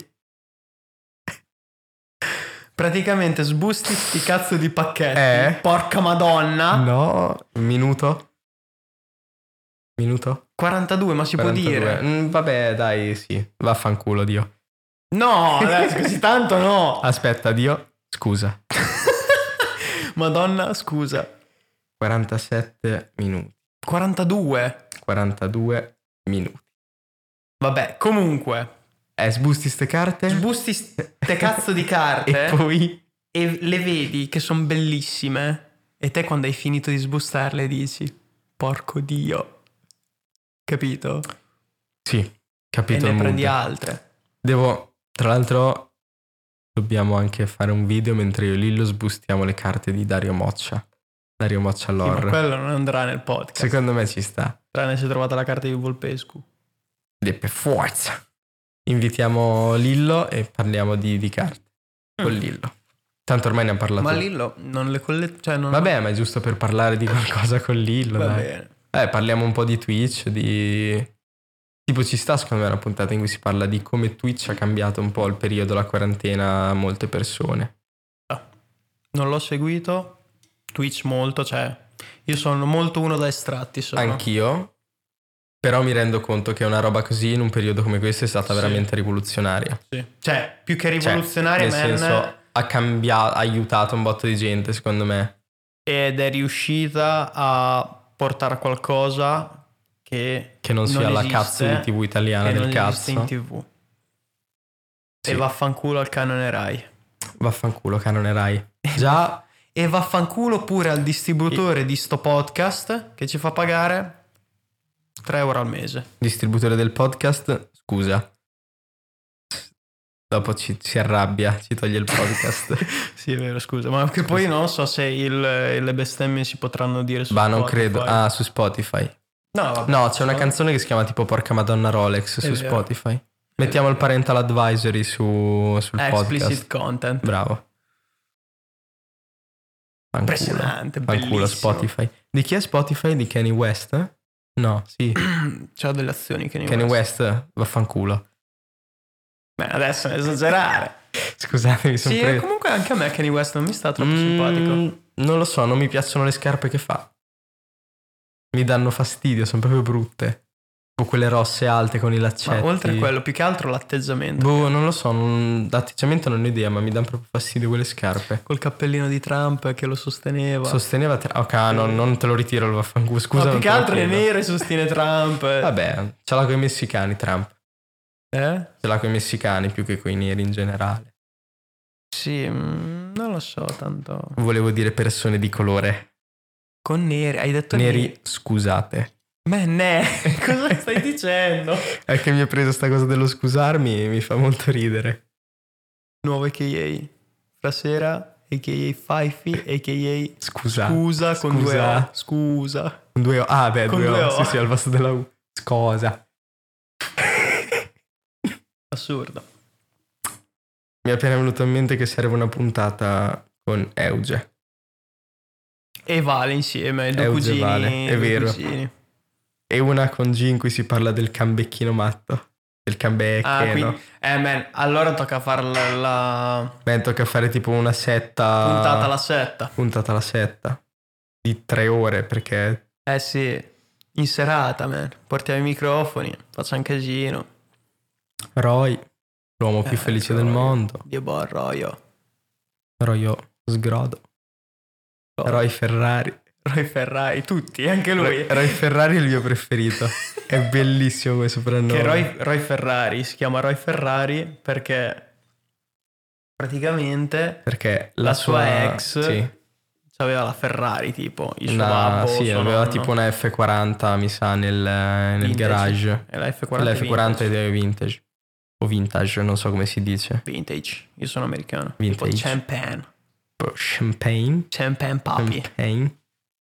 A: praticamente sbusti sti cazzo di pacchetti.
B: Eh?
A: Porca madonna.
B: No, minuto. Minuto.
A: quarantadue, ma si
B: quarantadue.
A: può dire?
B: Mm, vabbè, dai, sì. Vaffanculo, Dio.
A: No, adesso così tanto no.
B: Aspetta, Dio. Scusa.
A: Madonna, scusa.
B: quarantasette minuti.
A: quarantadue.
B: quarantadue minuti.
A: Vabbè, comunque,
B: Eh, sbusti ste carte?
A: sbusti ste cazzo di carte
B: E poi...
A: e le vedi che sono bellissime. E te quando hai finito di sbustarle dici, porco Dio. Capito?
B: Sì,
A: E
B: capito
A: ne
B: il mood.
A: prendi altre.
B: Devo, tra l'altro, dobbiamo anche fare un video mentre io e Lillo sbustiamo le carte di Dario Moccia. Dario Moccia
A: Sì, ma
B: Lore.
A: quello non andrà nel podcast.
B: Secondo me ci sta.
A: Tranne se trovate la carta di Volpescu.
B: E per forza. Invitiamo Lillo e parliamo di, di carte. Con
A: Mm.
B: Lillo. Tanto ormai ne ha parlato.
A: Ma Lillo non le colle... Cioè non...
B: Vabbè, ma è giusto per parlare di qualcosa con Lillo,
A: Va
B: dai.
A: bene.
B: Eh, parliamo un po' di Twitch, di... Tipo ci sta secondo me una puntata in cui si parla di come Twitch ha cambiato un po' il periodo, la quarantena a molte persone.
A: Non l'ho seguito. Twitch molto, cioè... Io sono molto uno da estratti, sono.
B: Anch'io, però mi rendo conto che una roba così in un periodo come questo è stata
A: Sì.
B: veramente rivoluzionaria.
A: Sì. Cioè, più che
B: Cioè,
A: rivoluzionaria,
B: nel
A: man,
B: senso, ha cambiato, ha aiutato un botto di gente, secondo me.
A: ed è riuscita a portare a qualcosa che...
B: Che non sia la
A: esiste,
B: cazzo di tivù italiana
A: che
B: del
A: non esiste
B: cazzo.
A: in tivù.
B: Sì.
A: E vaffanculo al canone Rai.
B: Vaffanculo, canone Rai. Già,
A: E vaffanculo pure al distributore di sto podcast che ci fa pagare tre euro al mese.
B: distributore del podcast, scusa. Dopo ci, si arrabbia, ci toglie il podcast.
A: Sì, è vero, scusa. Ma che poi non so se il, le bestemmie si potranno dire su
B: Ma non
A: Spotify.
B: credo. Ah, su Spotify.
A: No, vabbè.
B: No, c'è una canzone che si chiama tipo Porca Madonna Rolex su
A: vero.
B: Spotify. Mettiamo il parental advisory su, sul
A: Explicit
B: podcast.
A: content.
B: Bravo. Fanculo.
A: Impressionante,
B: Fanculo
A: bellissimo.
B: Spotify. Di chi è Spotify? Di Kanye West? No, sì.
A: C'ha delle azioni che ne
B: Kanye West, vaffanculo.
A: Beh, adesso non esagerare.
B: Scusate, mi sono
A: Sì,
B: preso.
A: comunque anche a me Kanye West non mi sta troppo
B: Mm,
A: simpatico.
B: Non lo so, non mi piacciono le scarpe che fa. Mi danno fastidio, sono proprio brutte. O quelle rosse alte con i laccetti.
A: Ma oltre a quello, più che altro l'atteggiamento.
B: Boh, non lo so, non... l'atteggiamento non ho idea, ma mi danno proprio fastidio quelle scarpe.
A: Col cappellino di Trump che lo sosteneva.
B: Sosteneva Trump. Ok, no, non te lo ritiro, lo vaffanculo. Scusa,
A: ma
B: non
A: più che
B: te lo
A: altro è
B: chiedo.
A: nero e sostiene Trump.
B: Vabbè, ce l'ha con i messicani Trump.
A: Eh?
B: Ce l'ha con i messicani più che con i neri in generale.
A: Sì, mm, non lo so tanto.
B: Volevo dire persone di colore.
A: Con neri, hai detto
B: Neri,
A: neri.
B: scusate.
A: Ma ne, cosa stai dicendo?
B: È che mi ha preso sta cosa dello scusarmi e mi fa molto ridere.
A: Nuovo A K A. Frasera, A K A Fifi, A K A
B: Scusa.
A: Scusa con due O. Scusa.
B: Con due O. Ah, beh,
A: Con
B: due,
A: due
B: O.
A: O.
B: Sì, sì, al posto della U. Scusa.
A: Assurdo.
B: Mi è appena venuto in mente che serve una puntata con Euge.
A: E Vale insieme, i due
B: Euge
A: cugini.
B: Vale, è
A: i due
B: vero.
A: cugini.
B: E una con G in cui si parla del cambecchino matto. Del cambecchino.
A: Ah, quindi, eh man, allora tocca fare la, la
B: Beh, tocca fare tipo una setta.
A: puntata alla setta.
B: Puntata alla setta. Di tre ore perché.
A: Eh sì, in serata, man. Portiamo i microfoni, facciamo un casino.
B: Roy, l'uomo più
A: Eh,
B: felice
A: Roy.
B: del mondo.
A: Dio borroio.
B: Roy io sgrodo.
A: Roy.
B: Roy Ferrari.
A: Roy Ferrari, tutti, anche lui.
B: Roy Ferrari è il mio preferito. È bellissimo come soprannome.
A: Che Roy, Roy Ferrari si chiama Roy Ferrari perché praticamente
B: Perché
A: la,
B: la,
A: sua, ex
B: sì.
A: aveva la Ferrari, tipo il suo
B: Una,
A: babbo,
B: sì,
A: suo
B: aveva
A: nonno.
B: tipo una F quaranta, mi sa, nel, nel
A: Vintage.
B: garage.
A: E la F quaranta,
B: La F quaranta è vintage. O vintage, non so come si dice.
A: Vintage, io sono americano.
B: Vintage.
A: Tipo champagne.
B: Champagne.
A: Champagne papi.
B: Champagne.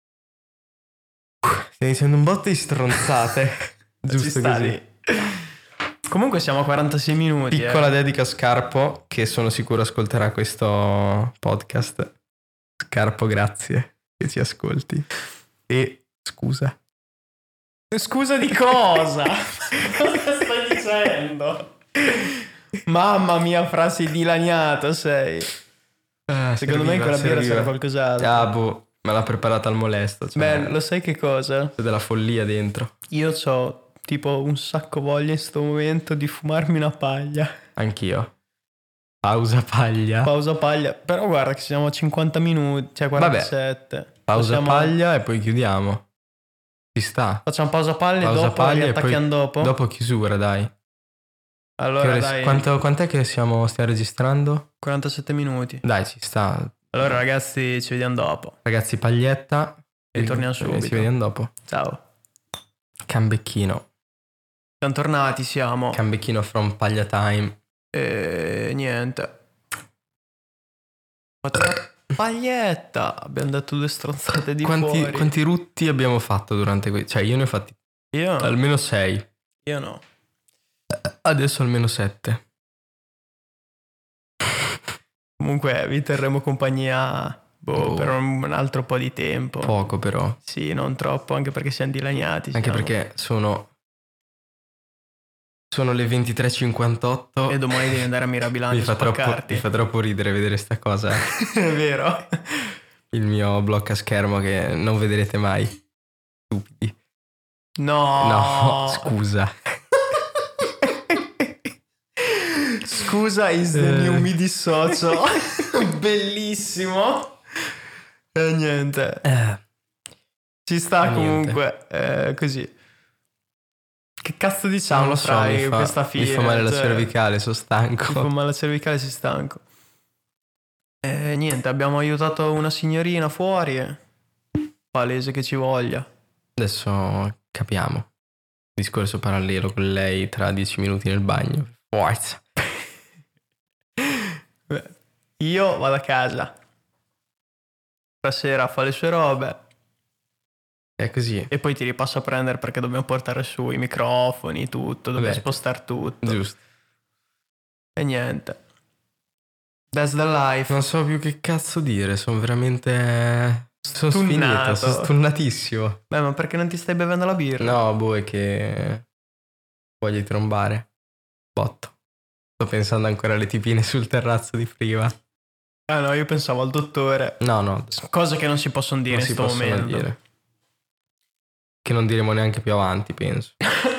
B: Stai dicendo un botto di stronzate. Giusto
A: Ci sta
B: così.
A: lì. Comunque siamo a quarantasei minuti.
B: Piccola
A: eh.
B: dedica a Scarpo, che sono sicuro ascolterà questo podcast. Scarpo, grazie che ci ascolti. E scusa.
A: Scusa di cosa? Cosa stai dicendo? Mamma mia, frase dilaniata sei.
B: Ah,
A: Secondo me in quella birra c'era qualcos'altro.
B: Ah, boh, me l'ha preparata al molesto. Cioè,
A: Beh, lo sai che cosa?
B: c'è della follia dentro.
A: Io ho tipo un sacco voglia in sto momento di fumarmi una paglia.
B: Anch'io. Pausa paglia.
A: Pausa paglia. Però guarda che siamo a cinquanta minuti, cioè quarantasette.
B: Vabbè, pausa
A: Possiamo-
B: paglia e poi chiudiamo. Ci sta.
A: Facciamo pausa paglia e
B: Pausa
A: dopo
B: paglia e
A: riattacchiamo
B: poi
A: dopo.
B: dopo chiusura, dai. Che
A: Allora
B: ore-
A: dai,
B: quanto- quant'è che siamo, stiamo registrando?
A: quarantasette minuti.
B: Dai, ci sta.
A: Allora ragazzi, ci vediamo dopo.
B: Ragazzi, paglietta.
A: Ritorniamo
B: E
A: subito.
B: Ci vediamo dopo.
A: Ciao.
B: Cambecchino.
A: Siamo tornati, siamo.
B: Cambecchino from Paglia Time.
A: E niente. Fatto- Paglietta. Abbiamo detto due stronzate di
B: Quanti,
A: fuori.
B: quanti rutti abbiamo fatto durante questo? Cioè, io ne ho fatti
A: Io,
B: almeno sei.
A: io no.
B: Adesso almeno sette.
A: Comunque vi terremo compagnia boh,
B: Boh.
A: per un altro po' di tempo.
B: Poco, però.
A: Sì, non troppo, anche perché siamo dilaniati.
B: Anche
A: siamo.
B: perché sono. Sono le ventitré e cinquantotto.
A: E domani devi andare a Mirabilandia
B: Mi
A: a
B: fa, troppo,
A: spaccarti.
B: mi fa troppo ridere vedere sta cosa.
A: È vero.
B: Il mio blocco a schermo che non vedrete mai. Stupidi.
A: No.
B: No, scusa.
A: Scusa is the
B: Eh.
A: new mi dissocio. Bellissimo. E niente.
B: Eh,
A: Ci sta
B: E
A: comunque. eh, così. Che cazzo diciamo
B: non lo so,
A: fra
B: mi fa,
A: questa fine?
B: mi fa male la
A: Cioè,
B: cervicale, sono stanco.
A: Mi fa male la cervicale, sei stanco. E niente, abbiamo aiutato una signorina fuori. E... palese che ci voglia.
B: Adesso capiamo. Discorso parallelo con lei tra dieci minuti nel bagno. Forza.
A: Beh, io vado a casa. Stasera fa le sue robe.
B: È così.
A: E poi ti ripasso a prendere perché dobbiamo portare su i microfoni, tutto. Dobbiamo
B: Vabbè.
A: spostare tutto.
B: Giusto.
A: E niente. That's the life.
B: Non so più che cazzo dire. Sono veramente. Sono
A: Stunnato.
B: sfinito. Sono sturnatissimo.
A: Beh, ma perché non ti stai bevendo la birra?
B: No, boh, è che. Voglio trombare. Botto. Sto pensando ancora alle tipine sul terrazzo di prima.
A: Ah no, io pensavo al dottore.
B: No, no.
A: Cose che non si possono dire
B: Non
A: in
B: si
A: questo
B: possono
A: momento.
B: dire. che non diremo neanche più avanti, penso.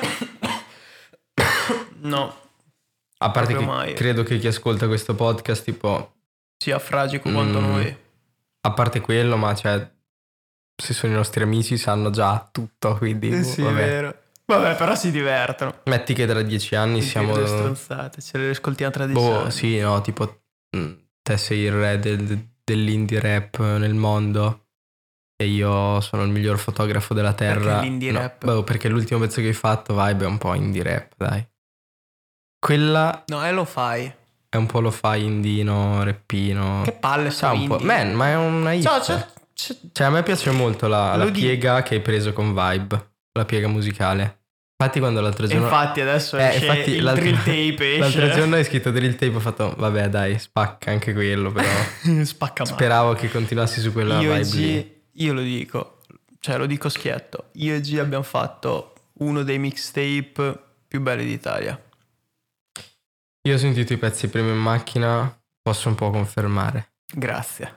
A: No.
B: A parte che
A: mai.
B: credo che chi ascolta questo podcast tipo
A: sia fragico quanto
B: mm,
A: noi.
B: A parte quello, ma cioè se sono i nostri amici sanno già tutto, quindi
A: Eh
B: boh,
A: sì,
B: vabbè.
A: è vero. Vabbè, però si divertono.
B: Metti che tra dieci anni siamo
A: le stronzate, ce le ascoltiamo tra dieci
B: boh,
A: anni.
B: sì, no, tipo mh, te sei il re del, dell'indie rap nel mondo e io sono il miglior fotografo della terra.
A: Perché l'indie
B: no,
A: rap?
B: boh, perché l'ultimo pezzo che hai fatto, Vibe, è un po' indie rap, dai. Quella
A: No, e lo fai.
B: è un po' lo fai indino, rappino.
A: Che palle
B: C'ha
A: sono
B: un po'.
A: indie.
B: Man, ma è una hit.
A: Ciao, ciao, ciao.
B: Cioè a me piace molto la, la
A: Lo di-
B: piega che hai preso con Vibe, la piega musicale. Infatti quando l'altro
A: E
B: giorno
A: infatti adesso
B: Eh,
A: esce
B: infatti
A: il
B: l'altro-
A: drill tape esce.
B: l'altro giorno hai scritto drill tape, ho fatto vabbè dai, spacca anche quello, però
A: Spacca male.
B: speravo che continuassi su quella
A: Io e
B: vibe lì.
A: G, io lo dico, cioè lo dico schietto, io e G abbiamo fatto uno dei mixtape più belli d'Italia.
B: Io ho sentito i pezzi prima in macchina, posso un po' confermare.
A: Grazie.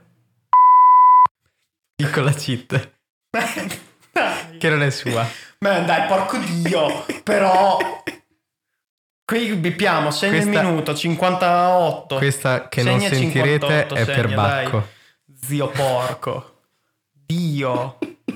B: Piccola cheat,
A: Dai.
B: che non è sua.
A: Man, dai, porco Dio, però... Qui bippiamo, segna
B: Questa-
A: il minuto, cinquantotto.
B: Questa che
A: Segna
B: non sentirete
A: cinquantotto,
B: è per
A: segna,
B: Bacco.
A: dai. Zio porco. Dio.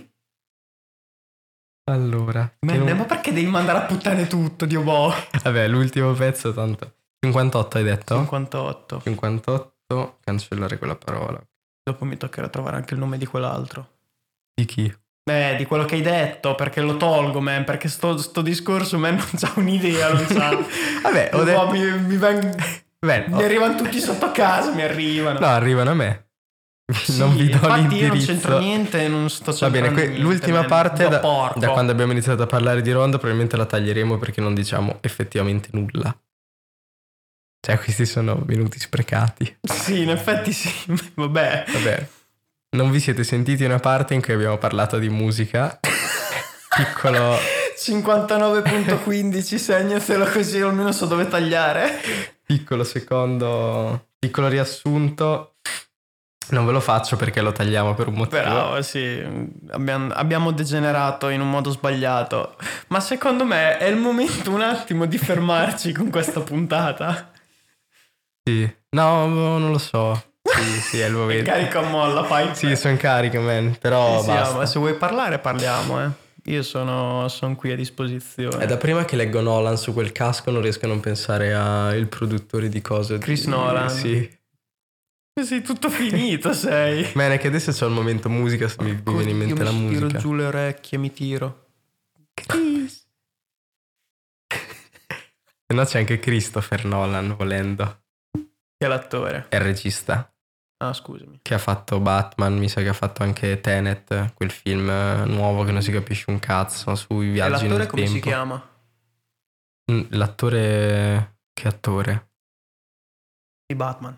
B: Allora, che
A: Man,
B: non-
A: ma perché devi mandare a puttane tutto, Dio boh?
B: vabbè, l'ultimo pezzo tanto. cinquantotto hai detto?
A: cinquantotto.
B: cinquantotto, cancellare quella parola.
A: Dopo mi toccherà trovare anche il nome di quell'altro.
B: Di chi?
A: Eh, di quello che hai detto, perché lo tolgo, man, perché sto, sto discorso, man, non c'ha un'idea, non c'ha...
B: Vabbè, ho
A: No,
B: detto...
A: mi, mi, veng-
B: Beh,
A: mi arrivano tutti sotto casa, mi arrivano.
B: no, arrivano a me.
A: Sì,
B: non vi do
A: infatti io non
B: l'indirizzo.
A: c'entro niente e non sto
B: Va
A: centrando
B: bene, que-
A: niente,
B: l'ultima
A: man.
B: parte
A: Zio
B: da,
A: porco.
B: da quando abbiamo iniziato a parlare di Rondo probabilmente la taglieremo perché non diciamo effettivamente nulla. Cioè questi sono minuti sprecati.
A: Sì, in effetti sì, vabbè.
B: Vabbè, non vi siete sentiti una parte in cui abbiamo parlato di musica. Piccolo
A: cinquantanove punto quindici, segnatelo così almeno so dove tagliare.
B: piccolo secondo piccolo riassunto. Non ve lo faccio perché lo tagliamo per un motivo.
A: Però sì, abbiamo, abbiamo degenerato in un modo sbagliato. Ma secondo me è il momento un attimo di fermarci con questa puntata.
B: Sì. No, non lo so. Sì, sì, è il momento.
A: Carica o molla, fai.
B: Sì, sono carico, man. Però
A: Sì, sì,
B: basta.
A: no, ma se vuoi parlare parliamo, eh. Io sono, sono qui a disposizione.
B: È da prima che leggo Nolan su quel casco non riesco a non pensare al produttore di cose.
A: Chris
B: di-
A: Nolan.
B: Sì.
A: Sei tutto finito, sei.
B: Bene, che adesso c'è il momento musica, se mi, mi viene in mente
A: Io
B: la
A: mi tiro
B: musica.
A: giù le orecchie, mi tiro.
B: Chris. Se no c'è anche Christopher Nolan, volendo.
A: Che è l'attore.
B: È il regista
A: Ah, scusami.
B: che ha fatto Batman, mi sa che ha fatto anche Tenet, quel film eh, nuovo che non si capisce un cazzo sui
A: E
B: viaggi
A: l'attore
B: nel
A: come
B: tempo.
A: si chiama?
B: Mm, L'attore... Che attore?
A: Di Batman.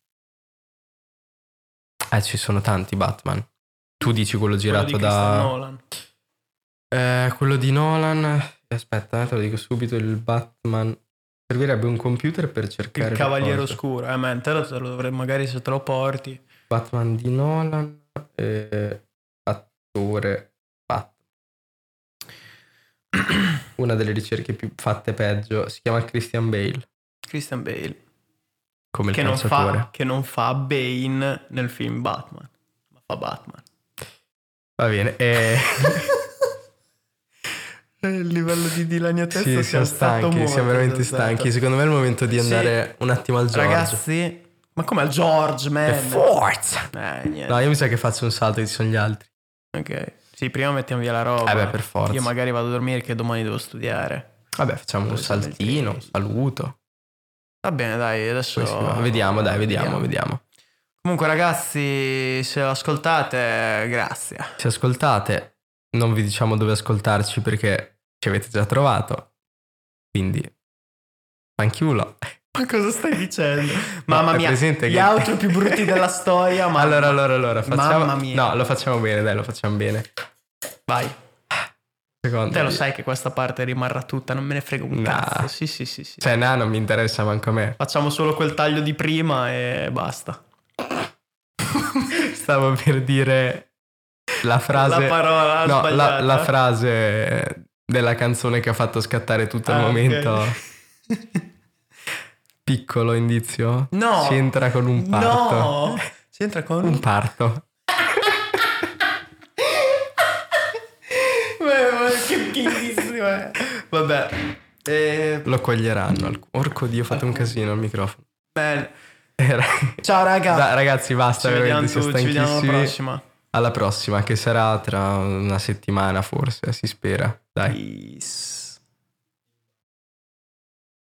B: Eh, ci sono tanti Batman. Tu dici quello
A: Quello
B: girato
A: di Christopher
B: da...
A: Nolan.
B: Eh, quello di Nolan... Aspetta, eh, te lo dico subito, il Batman... Servirebbe un computer per cercare...
A: Il
B: le
A: Cavaliere
B: cose.
A: Oscuro. Eh, man, te lo, te lo dovrei magari se te lo porti.
B: Batman di Nolan... eh, attore... Batman. Una delle ricerche più fatte peggio. Si chiama Christian Bale.
A: Christian Bale.
B: Come il
A: Che non,
B: calciatore.
A: fa, che non fa Bane nel film Batman. Ma fa Batman.
B: Va bene. E...
A: Il livello di dilaniatezza
B: sì,
A: si è
B: siamo
A: alzato
B: stanchi,
A: molto,
B: siamo veramente
A: si è alzato.
B: stanchi. Secondo me è il momento di
A: Sì.
B: andare un attimo al George.
A: Ragazzi, ma come al George, man?
B: Per forza!
A: Eh, niente.
B: No, io mi sa che faccio un salto e ci sono gli altri.
A: Ok. Sì, prima mettiamo via la roba.
B: Eh beh, per forza.
A: Io magari vado a dormire che domani devo studiare.
B: Vabbè, facciamo un
A: Dove sono i
B: saltino,
A: treni?
B: saluto.
A: Va bene, dai, adesso...
B: Poi si va. Vediamo, dai, vediamo, vediamo.
A: Comunque, ragazzi, se lo ascoltate, grazie.
B: Se ascoltate, non vi diciamo dove ascoltarci perché ci avete già trovato. Quindi, fanchiulo.
A: Ma cosa stai dicendo? Mamma
B: hai
A: mia,
B: presente
A: gli
B: che-
A: outro più brutti della storia. Ma...
B: Allora, allora, allora, facciamo...
A: Mamma mia.
B: No, lo facciamo bene, dai, lo facciamo bene.
A: Vai.
B: Secondo
A: Te lo
B: me.
A: sai che questa parte rimarrà tutta, non me ne frega un
B: Nah.
A: cazzo. Sì, sì, sì, sì.
B: Cioè, no, non mi interessa manco a me.
A: Facciamo solo quel taglio di prima e basta.
B: Stavo per dire... la frase...
A: La parola
B: no, la,
A: sbagliata.
B: la frase della canzone che ha fatto scattare tutto il
A: Ah,
B: momento.
A: ok.
B: Piccolo indizio.
A: No.
B: C'entra con un parto.
A: No. C'entra con
B: Un parto.
A: Ma che bellissimo è. Vabbè. Eh,
B: Lo coglieranno. al- Orco Dio, fate un casino al microfono.
A: bene.
B: Era-
A: Ciao raga.
B: Dai, ragazzi, basta,
A: Ci vediamo,
B: veramente siamo
A: tu, ci vediamo alla
B: stanchissimi.
A: prossima.
B: Alla prossima, che sarà tra una settimana forse, si spera. Dai.
A: Peace.